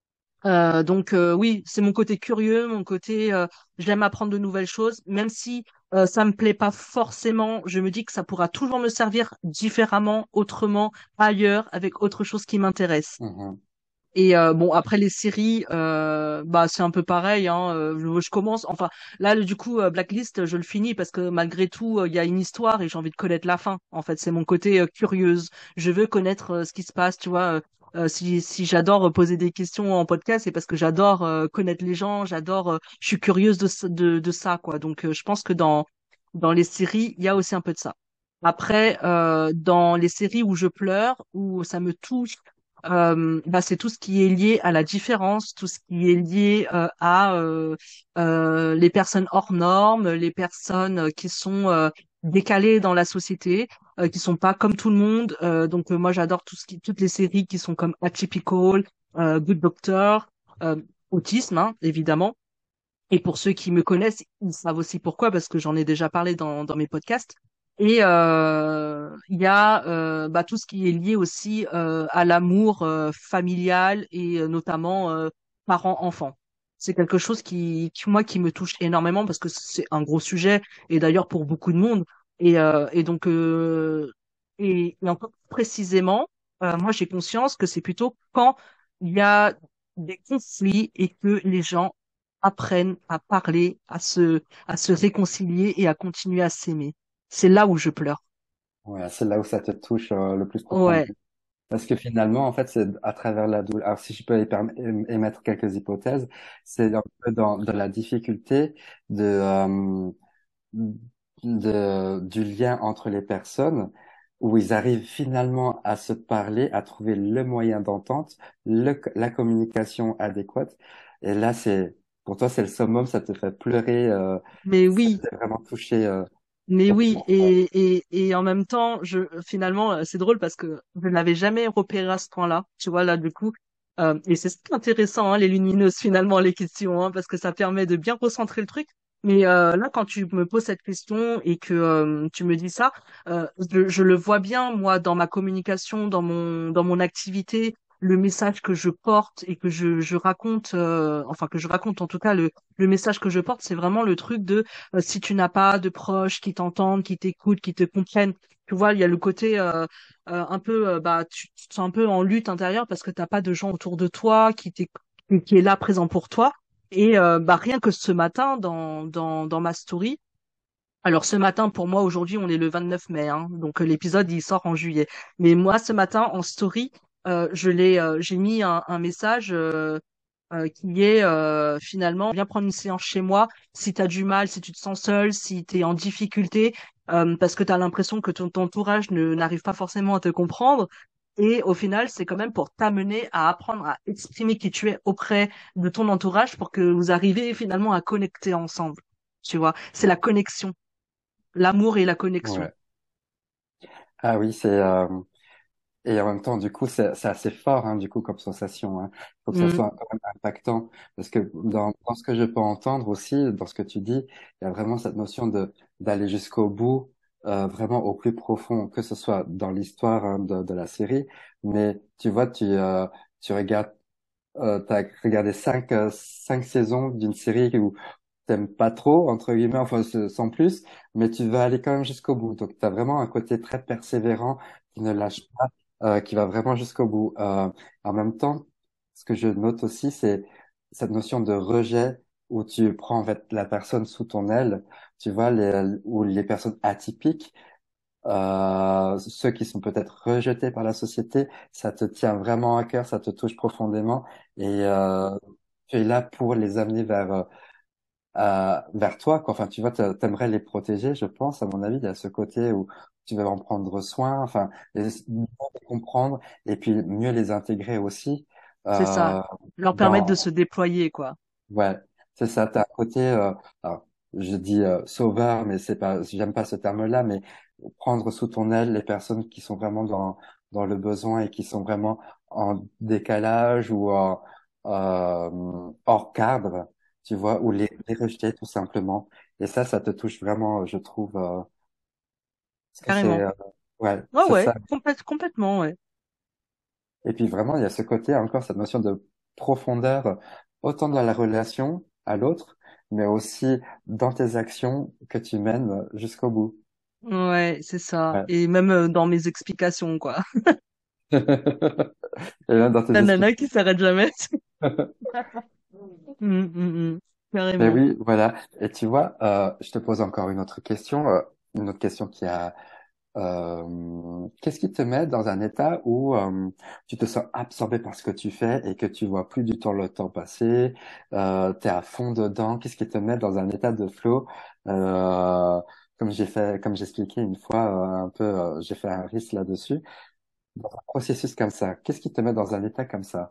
S1: Euh, donc euh, oui, c'est mon côté curieux, mon côté euh, j'aime apprendre de nouvelles choses, même si euh, ça me plaît pas forcément, je me dis que ça pourra toujours me servir différemment, autrement, ailleurs, avec autre chose qui m'intéresse.
S2: Mhm.
S1: Et euh, bon, après les séries, euh, bah c'est un peu pareil. Hein, euh, je, je commence, enfin là le- du coup euh, Blacklist, je le finis parce que malgré tout, euh, il y a une histoire et j'ai envie de connaître la fin. En fait, c'est mon côté euh, curieuse. Je veux connaître euh, ce qui se passe. Tu vois, euh, euh, si si j'adore euh, poser des questions en podcast, c'est parce que j'adore euh, connaître les gens. J'adore, euh, je suis curieuse de ce- de de ça quoi. Donc euh, je pense que dans dans les séries, il y a aussi un peu de ça. Après, euh, dans les séries où je pleure, où ça me touche euh, bah, c'est tout ce qui est lié à la différence, tout ce qui est lié euh, à euh, euh, les personnes hors normes, les personnes euh, qui sont euh, décalées dans la société, euh, qui sont pas comme tout le monde. Euh, donc euh, moi j'adore tout ce qui, toutes les séries qui sont comme Atypical, euh, Good Doctor, euh, Autisme hein, évidemment. Et pour ceux qui me connaissent, ils savent aussi pourquoi, parce que j'en ai déjà parlé dans, dans mes podcasts. Et euh, il y a euh, bah, tout ce qui est lié aussi euh, à l'amour euh, familial et euh, notamment euh, parents-enfants. C'est quelque chose qui, qui, moi, qui me touche énormément parce que c'est un gros sujet et d'ailleurs pour beaucoup de monde. Et, euh, et donc, euh, et, et encore précisément, euh, moi, j'ai conscience que c'est plutôt quand il y a des conflits et que les gens apprennent à parler, à se, à se réconcilier et à continuer à s'aimer. C'est là où je pleure.
S2: Ouais, c'est là où ça te touche euh, le plus profondément.
S1: Ouais,
S2: Parce que finalement, en fait, c'est à travers la douleur. Alors, si je peux éper- ém- émettre quelques hypothèses, c'est un peu dans, dans la difficulté de, euh, de, du lien entre les personnes, où ils arrivent finalement à se parler, à trouver le moyen d'entente, le, la communication adéquate. Et là, c'est, pour toi, c'est le summum, ça te fait pleurer, euh,
S1: mais
S2: ça
S1: oui,
S2: t'est vraiment touché, euh,
S1: mais
S2: au
S1: oui,
S2: fond.
S1: et, et, et en même temps, je, finalement, euh, c'est drôle parce que je ne l'avais jamais repéré à ce point-là, tu vois, là, du coup, euh, et c'est intéressant, hein, les lumineuses, finalement, les questions, hein, parce que ça permet de bien recentrer le truc. Mais euh, là, quand tu me poses cette question et que euh, tu me dis ça, euh, je, je le vois bien, moi, dans ma communication, dans mon, dans mon activité, le message que je porte et que je, je raconte, euh, enfin, que je raconte en tout cas, le, le message que je porte, c'est vraiment le truc de euh, si tu n'as pas de proches qui t'entendent, qui t'écoutent, qui te comprennent, tu vois, il y a le côté euh, euh, un peu, euh, bah, tu, tu te sens un peu en lutte intérieure parce que t'as pas de gens autour de toi qui t'éc- qui est là présent pour toi. Et euh, bah rien que ce matin dans dans dans ma story. Alors ce matin pour moi aujourd'hui on est le vingt-neuf mai, hein, donc euh, l'épisode il sort en juillet. Mais moi ce matin en story euh, je l'ai euh, j'ai mis un, un message euh, euh, qui est euh, finalement viens prendre une séance chez moi si tu as du mal, si tu te sens seul, si tu es en difficulté, euh, parce que tu as l'impression que ton, ton entourage ne n'arrive pas forcément à te comprendre. Et au final, c'est quand même pour t'amener à apprendre à exprimer qui tu es auprès de ton entourage pour que vous arrivez finalement à connecter ensemble. Tu vois, c'est la connexion, l'amour et la connexion.
S2: Ouais. Ah oui, c'est, euh, et en même temps, du coup, c'est c'est assez fort, hein, du coup, comme sensation. Hein. Faut que ça
S1: Mm.
S2: soit quand même impactant, parce que dans, dans ce que je peux entendre aussi, dans ce que tu dis, il y a vraiment cette notion de d'aller jusqu'au bout, euh, vraiment au plus profond, que ce soit dans l'histoire hein, de, de la série, mais tu vois, tu, euh, tu regardes, euh, t'as regardé cinq, euh, cinq saisons d'une série où t'aimes pas trop, entre guillemets, enfin, ce- sans plus, mais tu vas aller quand même jusqu'au bout. Donc, tu as vraiment un côté très persévérant qui ne lâche pas, euh, qui va vraiment jusqu'au bout. Euh, en même temps, ce que je note aussi, c'est cette notion de rejet où tu prends en fait la personne sous ton aile, tu vois, les, ou les personnes atypiques, euh, ceux qui sont peut-être rejetés par la société, ça te tient vraiment à cœur, ça te touche profondément et euh, tu es là pour les amener vers euh, euh, vers toi, quoi. Enfin, tu vois, t'a- t'aimerais les protéger, je pense, à mon avis, il y a ce côté où tu veux en prendre soin, enfin, les, mieux les comprendre et puis mieux les intégrer aussi
S1: C'est ça.
S2: euh,
S1: Leur permettre de se
S2: dans,
S1: déployer, quoi.
S2: ouais, c'est ça, t'as un côté, euh, alors, je dis euh, sauveur, mais c'est pas, j'aime pas ce terme-là, mais prendre sous ton aile les personnes qui sont vraiment dans dans le besoin et qui sont vraiment en décalage ou en, euh, hors cadre, tu vois, ou les, les rejeter tout simplement. Et ça, ça te touche vraiment, je trouve, euh, parce que c'est,
S1: Carrément.
S2: euh, ouais,
S1: Ouais,
S2: c'est
S1: ouais,
S2: ça.
S1: complète, complètement, ouais.
S2: Et puis vraiment, il y a ce côté, encore cette notion de profondeur, autant dans la relation à l'autre, mais aussi dans tes actions que tu mènes jusqu'au bout.
S1: Ouais, c'est ça.
S2: Ouais.
S1: Et même euh, dans mes explications, quoi.
S2: Et même dans tes
S1: La nana
S2: explications.
S1: qui s'arrête jamais. Hum, hum, hum.
S2: Mais
S1: Carrément.
S2: oui, voilà. Et tu vois, euh, je te pose encore une autre question, euh, une autre question qui a, euh, qu'est-ce qui te met dans un état où euh, tu te sens absorbé par ce que tu fais et que tu vois plus du tout le temps passer, euh, t'es à fond dedans. Qu'est-ce qui te met dans un état de flow, euh, comme j'ai fait, comme j'expliquais une fois euh, un peu, euh, j'ai fait un risque là-dessus. Dans un processus comme ça, qu'est-ce qui te met dans un état comme ça?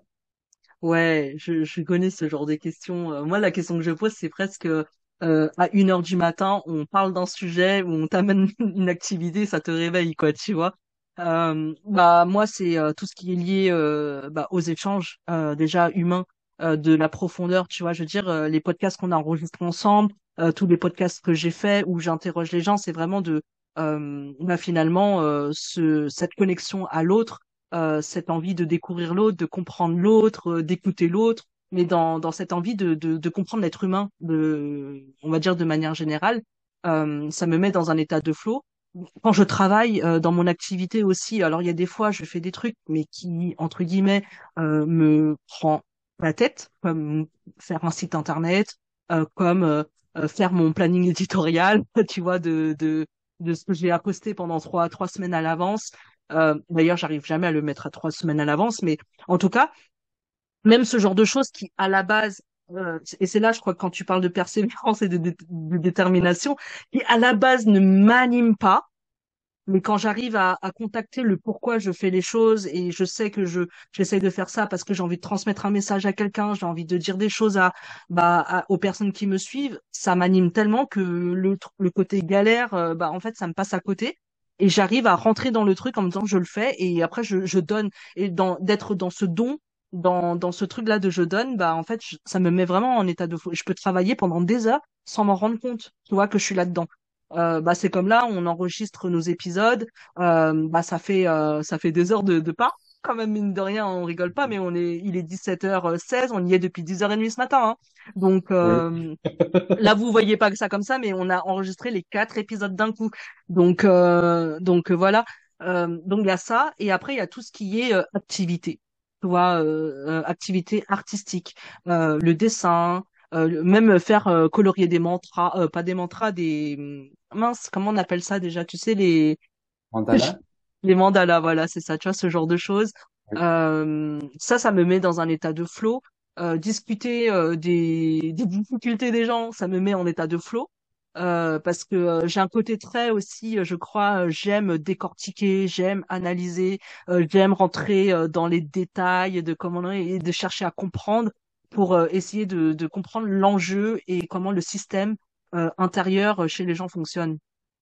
S1: Ouais, je, je connais ce genre de questions. Euh, moi, la question que je pose, c'est presque euh, à une heure du matin, on parle d'un sujet où on t'amène une activité, ça te réveille, quoi, tu vois. Euh, bah moi, c'est euh, tout ce qui est lié euh, bah, aux échanges euh, déjà humains, euh, de la profondeur, tu vois. Je veux dire, euh, les podcasts qu'on a enregistrés ensemble, euh, tous les podcasts que j'ai faits où j'interroge les gens, c'est vraiment de euh, bah, finalement euh, ce, cette connexion à l'autre, euh, cette envie de découvrir l'autre, de comprendre l'autre, euh, d'écouter l'autre, mais dans, dans cette envie de, de, de comprendre l'être humain, de, on va dire de manière générale, euh, ça me met dans un état de flow. Quand je travaille euh, dans mon activité aussi, alors il y a des fois je fais des trucs, mais qui, entre guillemets, euh, me prend la tête, comme faire un site internet, euh, comme euh, euh, faire mon planning éditorial, tu vois, de, de, de ce que j'ai à poster pendant trois, trois semaines à l'avance. Euh, d'ailleurs, j'arrive jamais à le mettre à trois semaines à l'avance, mais en tout cas, même ce genre de choses qui, à la base, euh, et c'est là, je crois, que quand tu parles de persévérance et de, dé- de détermination, qui à la base ne m'animent pas, mais quand j'arrive à, à contacter le pourquoi je fais les choses et je sais que je j'essaie de faire ça parce que j'ai envie de transmettre un message à quelqu'un, j'ai envie de dire des choses à, bah, à- aux personnes qui me suivent, ça m'anime tellement que le, tr- le côté galère, euh, bah, en fait, ça me passe à côté. Et j'arrive à rentrer dans le truc en me disant je le fais et après je, je donne. Et dans, d'être dans ce don, dans, dans ce truc-là de je donne, bah, en fait, je- ça me met vraiment en état de fou. Je peux travailler pendant des heures sans m'en rendre compte, tu vois, que je suis là-dedans. Euh, bah c'est comme là, on enregistre nos épisodes. Euh, bah ça fait euh, ça fait des heures de, de pas. Quand même mine de rien, on rigole pas, mais on est il est dix-sept heures seize, on y est depuis dix heures trente ce matin. Hein. Donc
S2: Oui.
S1: euh, là vous voyez pas que ça comme ça, mais on a enregistré les quatre épisodes d'un coup. Donc euh, donc euh, voilà. Euh, donc il y a ça et après il y a tout ce qui est euh, activité. Tu vois, euh, euh, activité artistique, euh, le dessin, euh, le- même faire euh, colorier des mantras, euh, pas des mantras, des mince, comment on appelle ça déjà? Tu sais, les,
S2: Mandala?
S1: les mandalas, voilà, c'est ça, tu vois, ce genre de choses.
S2: Oui.
S1: Euh, ça, ça me met dans un état de flow. Euh, discuter euh, des, des difficultés des gens, ça me met en état de flow. Euh, parce que euh, j'ai un côté très aussi, euh, je crois, euh, j'aime décortiquer, j'aime analyser, euh, j'aime rentrer euh, dans les détails de comment on est et de chercher à comprendre pour euh, essayer de, de comprendre l'enjeu et comment le système euh, intérieur euh, chez les gens fonctionne.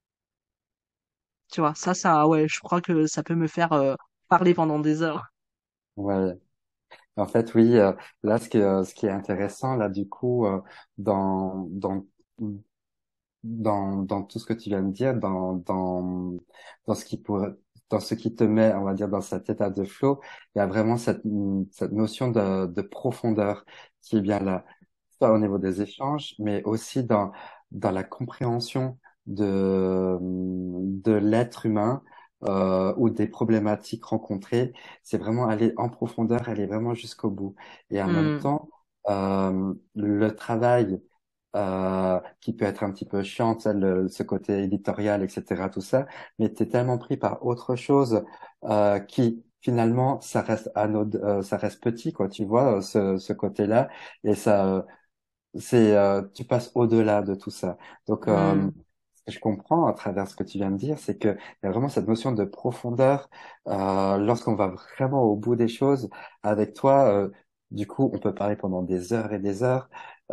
S1: Tu vois, ça, ça, ouais, je crois que ça peut me faire euh, parler pendant des heures.
S2: Ouais. En fait, oui, euh, là, ce qui, est- ce qui est intéressant, là, du coup, euh, dans, dans dans, dans tout ce que tu viens de dire, dans, dans, dans ce qui pourrait, dans ce qui te met, on va dire, dans cet état de flow, il y a vraiment cette, cette notion de, de profondeur qui est bien là, soit au niveau des échanges, mais aussi dans, dans la compréhension de, de l'être humain, euh, ou des problématiques rencontrées. C'est vraiment aller en profondeur, aller vraiment jusqu'au bout. Et en même
S1: Hmm,
S2: temps, euh, le travail, euh, qui peut être un petit peu chiant, tu sais, le- ce côté éditorial, et cetera, tout ça, mais t'es tellement pris par autre chose, euh, qui finalement, ça reste anod euh, ça reste petit, quoi, tu vois, ce, ce côté-là, et ça, c'est, euh, tu passes au-delà de tout ça. Donc, euh,
S1: hmm,
S2: ce que je comprends à travers ce que tu viens de dire, c'est que il y a vraiment cette notion de profondeur, euh, lorsqu'on va vraiment au bout des choses. Avec toi, euh, du coup, on peut parler pendant des heures et des heures.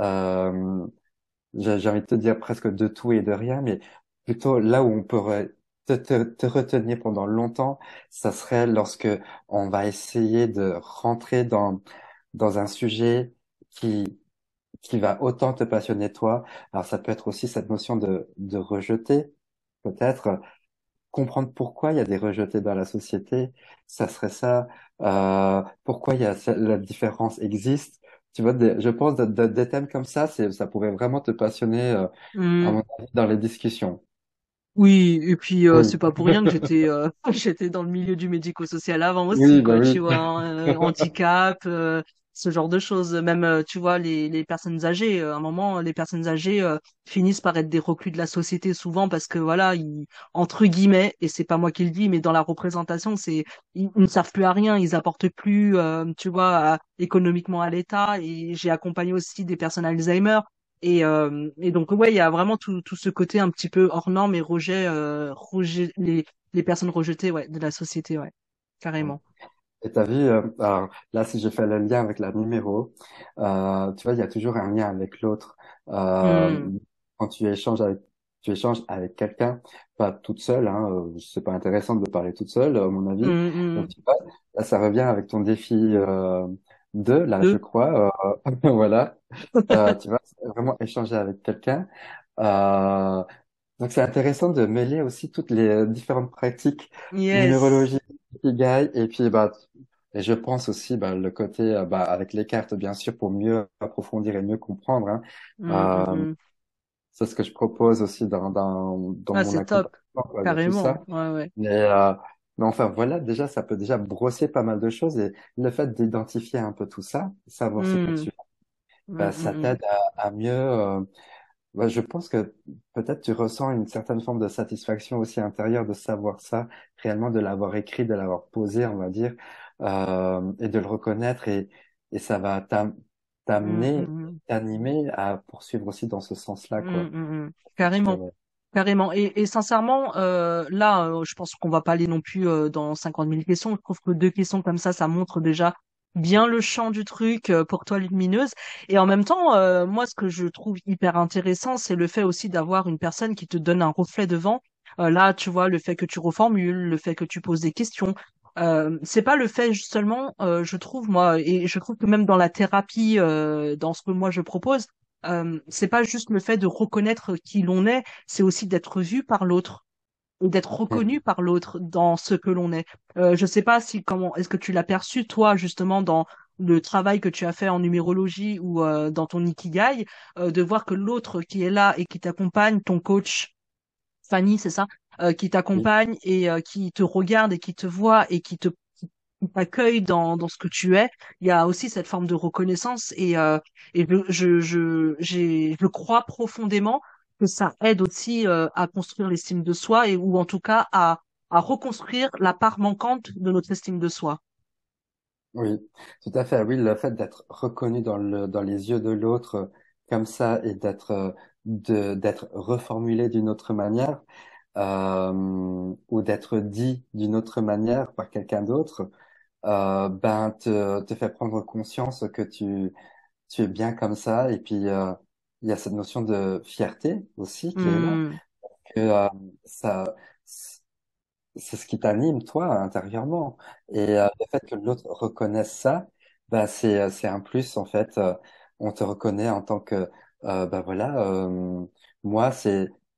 S2: Euh, j'ai j'ai envie de te dire presque de tout et de rien, mais plutôt là où on pourrait te, te, te retenir pendant longtemps, ça serait lorsque on va essayer de rentrer dans, dans un sujet qui, qui va autant te passionner toi. Alors ça peut être aussi cette notion de, de rejeter, peut-être, comprendre pourquoi il y a des rejetés dans la société, ça serait ça. Euh, pourquoi il y a ce- la différence existe. Tu vois, des- je pense que des des thèmes comme ça, c'est, ça pourrait vraiment te passionner, euh, à
S1: hmm.
S2: mon avis, dans les discussions.
S1: Oui, et puis euh,
S2: Oui,
S1: c'est pas pour rien que j'étais euh, j'étais dans le milieu du médico-social avant aussi,
S2: oui, bah
S1: quoi,
S2: oui.
S1: tu vois, hein, euh, handicap, euh, ce genre de choses. Même, euh, tu vois, les, les personnes âgées, euh, à un moment, les personnes âgées euh, finissent par être des reclus de la société souvent parce que voilà, ils, entre guillemets, et c'est pas moi qui le dis, mais dans la représentation, c'est ils, ils ne servent plus à rien, ils apportent plus, euh, tu vois, à- économiquement à l'État. Et j'ai accompagné aussi des personnes Alzheimer. Et, euh, et donc, ouais, il y a vraiment tout, tout ce côté un petit peu hors norme et rejet, euh, rejet les, les personnes rejetées, ouais, de la société, ouais, carrément.
S2: Et t'as vu, euh, alors là, si je fais le lien avec la numéro, euh, tu vois, il y a toujours un lien avec l'autre. Euh,
S1: Hmm,
S2: quand tu échanges avec, tu échanges avec quelqu'un, pas toute seule, hein, euh, c'est pas intéressant de parler toute seule, à mon avis.
S1: hmm,
S2: Donc,
S1: hmm.
S2: tu vois, là, ça revient avec ton défi euh, deux, là, je
S1: Deux.
S2: crois. Euh, voilà. Euh, tu vois, vraiment échanger avec quelqu'un. Euh, donc, c'est intéressant de mêler aussi toutes les euh, différentes pratiques,
S1: Yes.
S2: numérologie, ikigai, et puis, bah, et je pense aussi, bah, le côté, euh, bah, avec les cartes, bien sûr, pour mieux approfondir et mieux comprendre, hein.
S1: Hmm, hmm,
S2: Euh,
S1: hmm.
S2: c'est ce que je propose aussi dans, dans, dans
S1: Ah,
S2: mon
S1: c'est top,
S2: accompagnement, quoi, de tout
S1: carrément.
S2: ça.
S1: Ouais, ouais.
S2: Mais, euh, mais enfin, voilà, déjà, ça peut déjà brosser pas mal de choses, et le fait d'identifier un peu tout ça, savoir ce que
S1: Hmm,
S2: tu,
S1: hmm,
S2: bah, ça
S1: hmm, hmm.
S2: t'aide à, à mieux, euh, bah, je pense que peut-être tu ressens une certaine forme de satisfaction aussi intérieure de savoir ça, réellement de l'avoir écrit, de l'avoir posé, on va dire, euh, et de le reconnaître, et, et ça va t'am-
S1: Hmm, hmm,
S2: t'amener,
S1: hmm.
S2: t'animer à poursuivre aussi dans ce sens-là,
S1: Hmm,
S2: quoi.
S1: hmm, hmm.
S2: Je
S1: Carrément.
S2: dirais.
S1: Carrément. Et, et sincèrement, euh, là, euh, je pense qu'on va pas aller non plus euh, dans cinquante mille questions. Je trouve que deux questions comme ça, ça montre déjà bien le champ du truc euh, pour toi, lumineuse. Et en même temps, euh, moi, ce que je trouve hyper intéressant, c'est le fait aussi d'avoir une personne qui te donne un reflet devant. Euh, là, tu vois, le fait que tu reformules, le fait que tu poses des questions. Euh, c'est pas le fait seulement, euh, je trouve moi, et je trouve que même dans la thérapie, euh, dans ce que moi je propose, euh, c'est pas juste le fait de reconnaître qui l'on est, c'est aussi d'être vu par l'autre et d'être reconnu
S2: Mm.
S1: par l'autre dans ce que l'on est. Euh, je sais pas si comment est-ce que tu l'as perçu toi justement dans le travail que tu as fait en numérologie ou euh, dans ton ikigai, euh, de voir que l'autre qui est là et qui t'accompagne, ton coach Fanny, c'est ça, euh, qui
S2: Oui,
S1: t'accompagne et euh, qui te regarde et qui te voit et qui te qui t'accueille dans, dans ce que tu es, il y a aussi cette forme de reconnaissance et, euh, et je, je, je, j'ai, je crois profondément que ça aide aussi euh, à construire l'estime de soi et ou en tout cas à, à reconstruire la part manquante de notre estime de soi.
S2: oui, tout à fait. Oui, le fait d'être reconnu dans le, dans les yeux de l'autre, euh, comme ça, et d'être, euh, de, d'être reformulé d'une autre manière, euh, ou d'être dit d'une autre manière par quelqu'un d'autre, euh, ben te, te fait prendre conscience que tu, tu es bien comme ça. Et puis, euh, il y a cette notion de fierté aussi qui est là,
S1: Hmm,
S2: que euh, ça, c'est ce qui t'anime toi intérieurement. Et euh, le fait que l'autre reconnaisse ça, bah c'est euh, c'est un plus en fait. Euh, on te reconnaît en tant que, euh, bah voilà, euh, moi c'est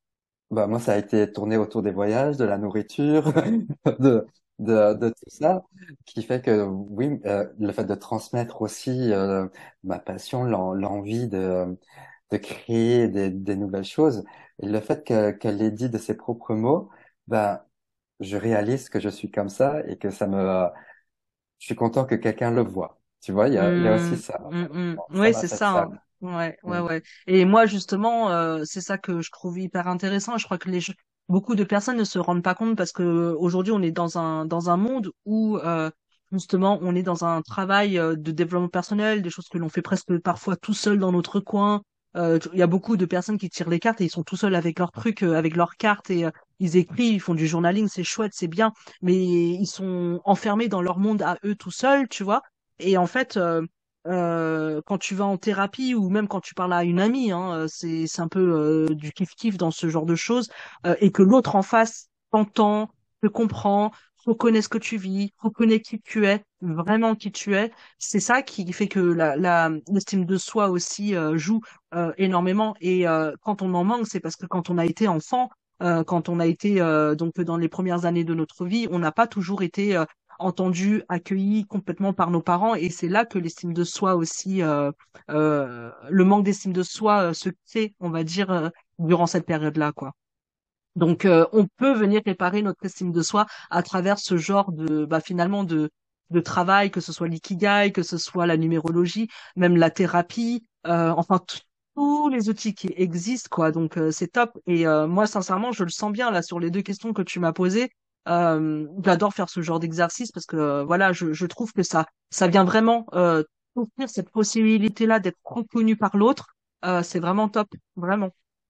S2: Bah, moi, ça a été tourné autour des voyages, de la nourriture, de, de, de tout ça, qui fait que, oui, euh, le fait de transmettre aussi euh, ma passion, l'en- l'envie de, de créer des, des nouvelles choses, et le fait que, qu'elle l'ait dit de ses propres mots, ben, je réalise que je suis comme ça et que ça me, je suis content que quelqu'un le voit. Tu vois, il y a, il y a aussi
S1: Hum,
S2: ça.
S1: hum, hum.
S2: Ça
S1: Oui,
S2: m'a
S1: c'est
S2: fait
S1: ça,
S2: ça.
S1: hein. Ouais, ouais,
S2: Mm.
S1: ouais. Et moi, justement, euh, c'est ça que je trouve hyper intéressant. Je crois que les, gens- beaucoup de personnes ne se rendent pas compte parce que aujourd'hui, on est dans un, dans un monde où, euh, justement, on est dans un travail euh, de développement personnel, des choses que l'on fait presque parfois tout seul dans notre coin. Euh, Il y a beaucoup de personnes qui tirent les cartes et ils sont tout seuls avec leurs trucs, euh, avec leurs cartes et euh, ils écrivent, ils font du journaling, c'est chouette, c'est bien, mais ils sont enfermés dans leur monde à eux tout seuls, tu vois. Et en fait, euh, euh, quand tu vas en thérapie ou même quand tu parles à une amie, hein, euh, c'est c'est un peu euh, du kiff-kiff dans ce genre de choses, euh, et que l'autre en face t'entend, te comprend, reconnaît ce que tu vis, reconnaît qui tu es, vraiment qui tu es, c'est ça qui fait que la, la l'estime de soi aussi euh, joue euh, énormément. Et euh, quand on en manque, c'est parce que quand on a été enfant, euh, quand on a été euh, donc dans les premières années de notre vie, on n'a pas toujours été euh, entendu, accueilli complètement par nos parents, et c'est là que l'estime de soi aussi, euh, euh, le manque d'estime de soi euh, se crée, on va dire, euh, durant cette période-là, quoi. Donc, euh, on peut venir réparer notre estime de soi à travers ce genre de, bah, finalement, de, de travail, que ce soit l'ikigai, que ce soit la numérologie, même la thérapie, euh, enfin, t- tous les outils qui existent, quoi. Donc, euh, c'est top. Et euh, moi, sincèrement, je le sens bien, là, sur les deux questions que tu m'as posées. Euh, j'adore faire ce genre d'exercice parce que, euh, voilà, je, je trouve que ça, ça vient vraiment euh, offrir cette possibilité-là d'être reconnu par l'autre. Euh, c'est vraiment top, vraiment.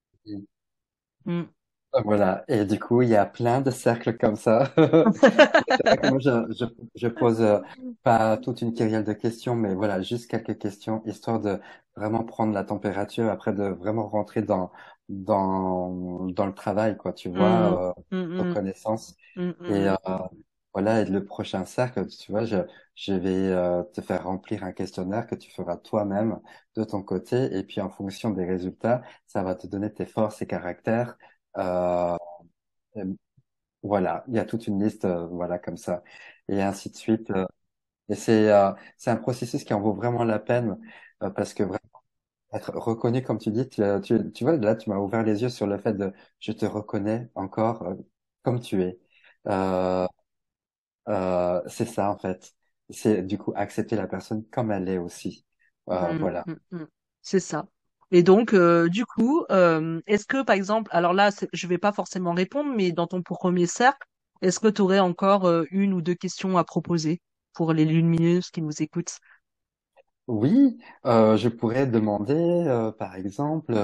S1: Mm.
S2: Voilà. Et du coup, il y a plein de cercles comme ça. C'est vrai que moi, je, je, je pose euh, pas toute une kyrielle de questions, mais voilà, juste quelques questions, histoire de vraiment prendre la température, après de vraiment rentrer dans, dans, dans le travail, quoi, tu
S1: Mm,
S2: vois, euh,
S1: mm,
S2: reconnaissance.
S1: mm,
S2: Et euh,
S1: mm,
S2: voilà, et le prochain cercle, tu vois, je, je vais euh, te faire remplir un questionnaire que tu feras toi-même de ton côté, et puis en fonction des résultats, ça va te donner tes forces et caractères. Euh, voilà, il y a toute une liste, euh, voilà, comme ça, et ainsi de suite. euh. Et c'est euh, c'est un processus qui en vaut vraiment la peine, euh, parce que vraiment être reconnu, comme tu dis, tu, euh, tu, tu vois, là, tu m'as ouvert les yeux sur le fait de je te reconnais encore euh, comme tu es. Euh, euh, c'est ça, en fait. C'est du coup accepter la personne comme elle est aussi. Euh,
S1: mm,
S2: voilà.
S1: mm, mm. C'est ça. Et donc, euh, du coup, euh, est-ce que, par exemple, alors là, c'est- je vais pas forcément répondre, mais dans ton premier cercle, est-ce que tu aurais encore euh, une ou deux questions à proposer pour les lumineuses qui nous écoutent?
S2: Oui, euh, je pourrais demander, euh, par exemple,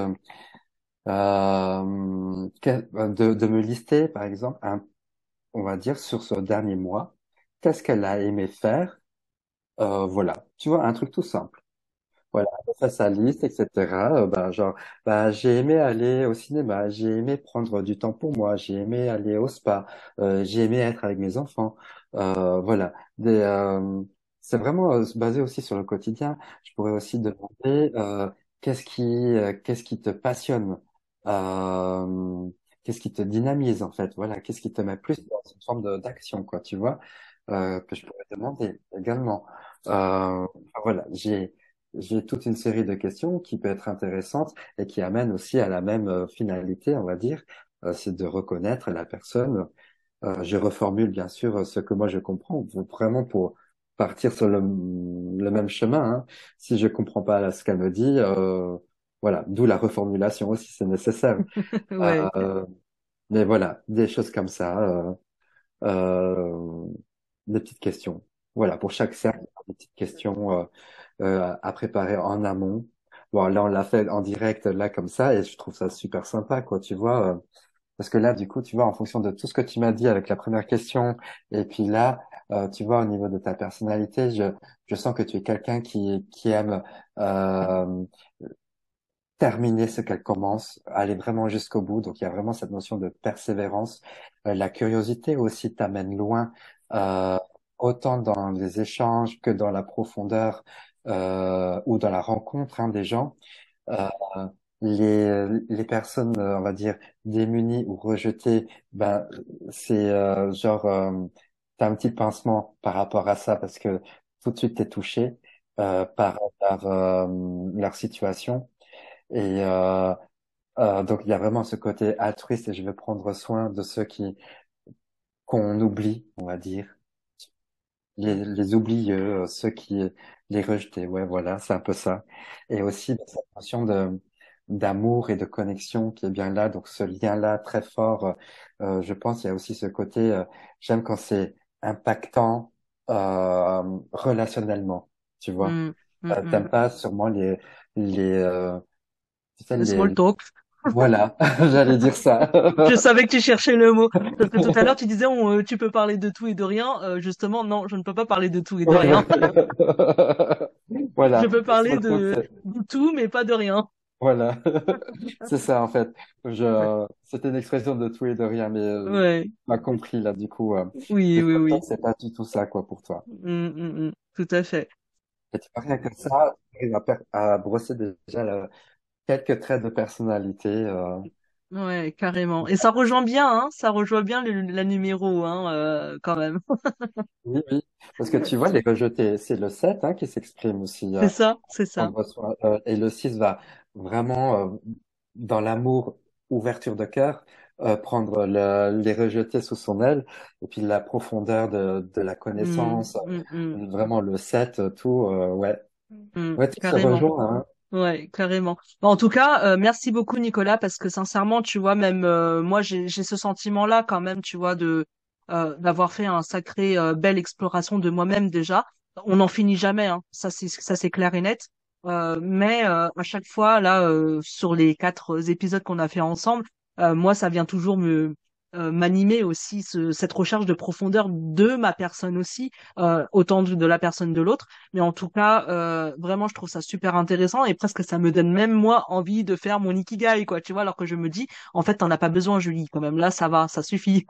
S2: euh, quel- de, de me lister, par exemple, un on va dire, sur ce dernier mois, qu'est-ce qu'elle a aimé faire? Euh, voilà, tu vois, un truc tout simple. Voilà, elle fait sa liste, et cetera. Euh, bah, genre, bah, j'ai aimé aller au cinéma, j'ai aimé prendre du temps pour moi, j'ai aimé aller au spa, euh, j'ai aimé être avec mes enfants. Euh, voilà, des, euh, c'est vraiment euh, basé aussi sur le quotidien. Je pourrais aussi demander euh, qu'est-ce qui, euh, qu'est-ce qui te passionne, euh, qu'est-ce qui te dynamise en fait. Voilà, qu'est-ce qui te met plus dans une forme de- d'action, quoi, tu vois, euh, que je pourrais demander également. Euh, enfin, voilà, j'ai j'ai toute une série de questions qui peut être intéressantes et qui amènent aussi à la même euh, finalité, on va dire, euh, c'est de reconnaître la personne. Euh, je reformule bien sûr ce que moi je comprends, vraiment pour partir sur le, le même chemin, hein. Si je comprends pas ce qu'elle me dit, euh, voilà, d'où la reformulation aussi, c'est nécessaire.
S1: Ouais.
S2: Euh, mais voilà, des choses comme ça, euh, euh, des petites questions. Voilà, pour chaque cercle, des petites questions. euh, euh, à préparer en amont. Bon, là, on l'a fait en direct, là, comme ça, et je trouve ça super sympa, quoi, tu vois. euh, Parce que là, du coup, tu vois, en fonction de tout ce que tu m'as dit avec la première question, et puis là, euh, tu vois, au niveau de ta personnalité, je, je sens que tu es quelqu'un qui, qui aime euh, terminer ce qu'elle commence, aller vraiment jusqu'au bout. Donc, il y a vraiment cette notion de persévérance. Euh, la curiosité aussi t'amène loin, euh, autant dans les échanges que dans la profondeur euh, ou dans la rencontre hein, des gens. Euh, les les personnes, euh, on va dire démunies ou rejetées, ben c'est euh, genre euh, t'as un petit pincement par rapport à ça parce que tout de suite t'es touché euh, par par euh, leur situation et euh, euh, donc il y a vraiment ce côté altruiste et je veux prendre soin de ceux qui qu'on oublie, on va dire. Les, les oublieux, euh, ceux qui les rejetaient, ouais, voilà, c'est un peu ça. Et aussi dans cette notion de d'amour et de connexion qui est bien là, donc ce lien-là très fort. euh, euh, je pense il y a aussi ce côté, euh, j'aime quand c'est impactant euh, relationnellement, tu vois.
S1: Mm, mm,
S2: Euh,
S1: mm.
S2: T'aimes pas sûrement les les euh, tu sais,
S1: Le small
S2: les
S1: talk.
S2: voilà, j'allais dire ça.
S1: Je savais que tu cherchais le mot. Parce que tout à l'heure, tu disais, on, euh, tu peux parler de tout et de rien. Euh, justement, non, je ne peux pas parler de tout et de rien. Je
S2: Voilà,
S1: peux
S2: le
S1: parler
S2: small talk,
S1: de,
S2: c'est
S1: de tout, mais pas de rien.
S2: voilà, c'est ça en fait. Je, c'était une expression de tout et de rien, mais euh, tu
S1: Ouais.
S2: m'as compris là. Du coup, euh,
S1: Oui,
S2: le
S1: oui,
S2: small talk,
S1: oui.
S2: c'est pas du tout ça quoi pour toi.
S1: Mm, mm, mm. Tout à fait.
S2: Et tu vois, rien que ça, tu arrives à, per- à brosser déjà le- quelques traits de personnalité. euh.
S1: Ouais, carrément. Et ça rejoint bien, hein, ça rejoint bien le- la numéro, hein, euh, quand même.
S2: Oui, oui, parce que tu vois, les rejetés, c'est le sept hein, qui s'exprime aussi.
S1: C'est
S2: euh,
S1: ça, c'est ça.
S2: prendre soin, euh, et le six va vraiment, euh, dans l'amour, ouverture de cœur, euh, prendre le- les rejetés sous son aile, et puis la profondeur de, de la
S1: Mm,
S2: connaissance,
S1: mm, mm,
S2: euh, vraiment le sept euh, tout, euh, ouais.
S1: mm.
S2: Ouais, tout se
S1: Carrément.
S2: rejoint, hein.
S1: Ouais, carrément. Bon, en tout cas, euh, merci beaucoup Nicolas parce que sincèrement, tu vois, même euh, moi, j'ai j'ai ce sentiment-là quand même, tu vois, de euh, d'avoir fait un sacré euh, belle exploration de moi-même déjà. On n'en finit jamais, hein. Ça c'est ça c'est clair et net. Euh, mais euh, à chaque fois, là, euh, sur les quatre épisodes qu'on a fait ensemble, euh, moi, ça vient toujours me euh, m'animer aussi ce, cette recherche de profondeur de ma personne aussi, euh, autant de, de la personne de l'autre. Mais en tout cas, euh, vraiment, je trouve ça super intéressant et presque ça me donne même moi envie de faire mon ikigai, quoi, tu vois, alors que je me dis, en fait, t'en as pas besoin, Julie, quand même. Là, ça va, ça suffit.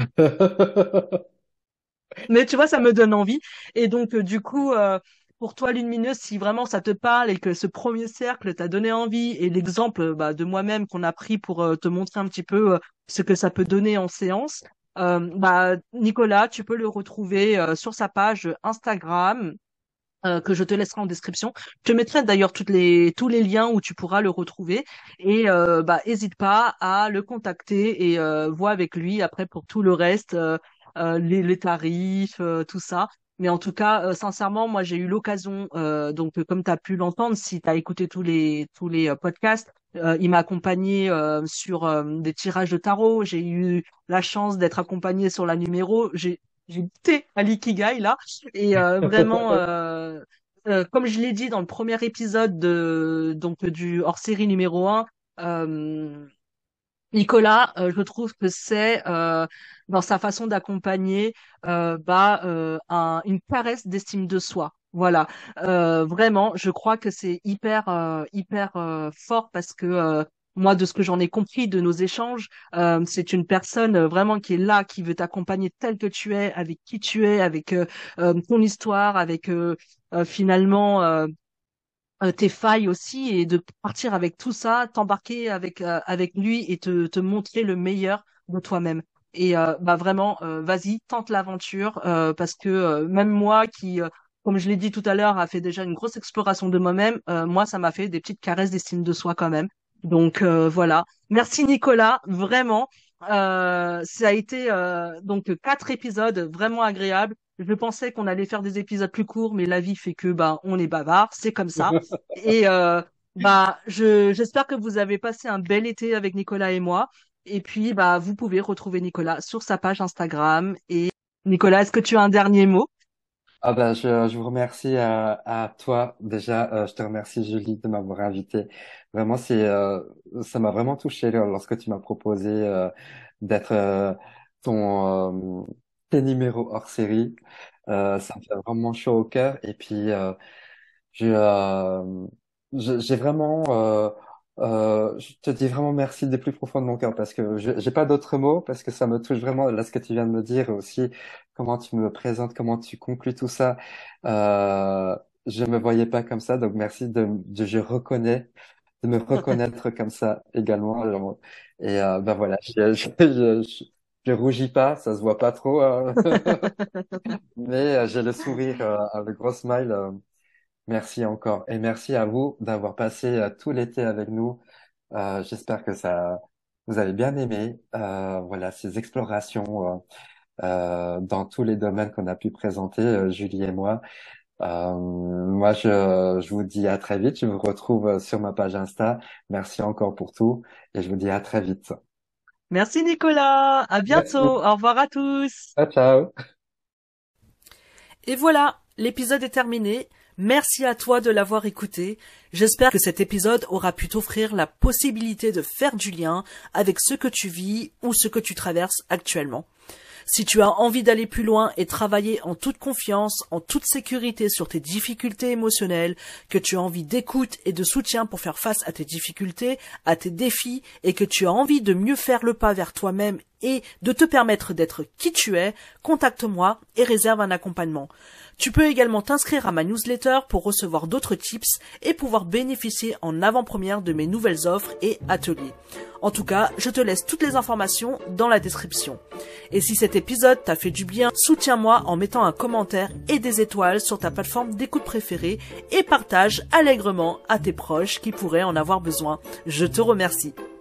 S1: Mais tu vois, ça me donne envie. Et donc, euh, du coup, euh, pour toi, Lumineuse, si vraiment ça te parle et que ce premier cercle t'a donné envie et l'exemple euh, bah, de moi-même qu'on a pris pour euh, te montrer un petit peu euh, ce que ça peut donner en séance, euh, bah, Nicolas, tu peux le retrouver euh, sur sa page Instagram euh, que je te laisserai en description. Je te mettrai d'ailleurs toutes les, tous les liens où tu pourras le retrouver et euh, bah hésite pas à le contacter et euh, vois avec lui après pour tout le reste, euh, euh, les, les tarifs, euh, tout ça. Mais en tout cas, euh, sincèrement, moi j'ai eu l'occasion, euh, donc euh, comme tu as pu l'entendre, si tu as écouté tous les tous les euh, podcasts, euh, il m'a accompagné euh, sur euh, des tirages de tarot. J'ai eu la chance d'être accompagné sur la numéro. J'ai j'ai goûté à l'ikigai là et euh, vraiment, euh, euh, comme je l'ai dit dans le premier épisode de, donc du hors-série numéro un, euh, Nicolas, euh, je trouve que c'est euh, dans sa façon d'accompagner euh, bah, euh, un- une caresse d'estime de soi. Voilà, Euh, vraiment, je crois que c'est hyper euh, hyper euh, fort parce que euh, moi, de ce que j'en ai compris de nos échanges, euh, c'est une personne euh, vraiment qui est là, qui veut t'accompagner tel que tu es, avec qui tu es, avec euh, euh, ton histoire, avec euh, euh, finalement euh, euh, tes failles aussi et de partir avec tout ça, t'embarquer avec euh, avec lui et te te montrer le meilleur de toi-même. Et euh, bah vraiment, euh, vas-y, tente l'aventure euh, parce que euh, même moi qui, euh, comme je l'ai dit tout à l'heure, a fait déjà une grosse exploration de moi-même, euh, moi ça m'a fait des petites caresses d'estime de soi quand même. Donc euh, voilà. Merci Nicolas, vraiment. Euh, ça a été euh, donc quatre épisodes vraiment agréables. Je pensais qu'on allait faire des épisodes plus courts, mais la vie fait que bah on est bavard, c'est comme ça. Et euh, bah je j'espère que vous avez passé un bel été avec Nicolas et moi. Et puis bah vous pouvez retrouver Nicolas sur sa page Instagram. Et Nicolas, est-ce que tu as un dernier mot?
S2: Ah ben, je, je vous remercie à, à toi déjà. Euh, je te remercie Julie de m'avoir invité. Vraiment, c'est euh, ça m'a vraiment touché là, lorsque tu m'as proposé euh, d'être euh, ton euh, tes numéros hors série. Euh, ça me fait vraiment chaud au cœur. Et puis euh, je, euh, je- j'ai vraiment euh, euh, je te dis vraiment merci des plus profonds de mon cœur parce que je j'ai pas d'autres mots parce que ça me touche vraiment là ce que tu viens de me dire et aussi comment tu me présentes, comment tu conclus tout ça. Euh, je me voyais pas comme ça, donc merci de, de je reconnais de me reconnaître comme ça également. Alors, et euh, ben voilà, je, je, je, je, je rougis pas, ça se voit pas trop, hein. Mais euh, j'ai le sourire, euh, le gros smile. euh, Merci encore. Et merci à vous d'avoir passé euh, tout l'été avec nous. Euh, j'espère que ça, vous avez bien aimé, euh, voilà, ces explorations euh, euh, dans tous les domaines qu'on a pu présenter, euh, Julie et moi. Euh, moi, je, je vous dis à très vite. Je vous retrouve euh, sur ma page Insta. Merci encore pour tout et je vous dis à très vite.
S1: Merci Nicolas, à
S2: Merci.
S1: bientôt, au revoir à tous.
S2: Ciao, ciao.
S1: Et voilà, l'épisode est terminé. Merci à toi de l'avoir écouté. J'espère que cet épisode aura pu t'offrir la possibilité de faire du lien avec ce que tu vis ou ce que tu traverses actuellement. Si tu as envie d'aller plus loin et travailler en toute confiance, en toute sécurité sur tes difficultés émotionnelles, que tu as envie d'écoute et de soutien pour faire face à tes difficultés, à tes défis, et que tu as envie de mieux faire le pas vers toi-même et de te permettre d'être qui tu es, contacte-moi et réserve un accompagnement. Tu peux également t'inscrire à ma newsletter pour recevoir d'autres tips et pouvoir bénéficier en avant-première de mes nouvelles offres et ateliers. En tout cas, je te laisse toutes les informations dans la description. Et si cet épisode t'a fait du bien, soutiens-moi en mettant un commentaire et des étoiles sur ta plateforme d'écoute préférée et partage allègrement à tes proches qui pourraient en avoir besoin. Je te remercie.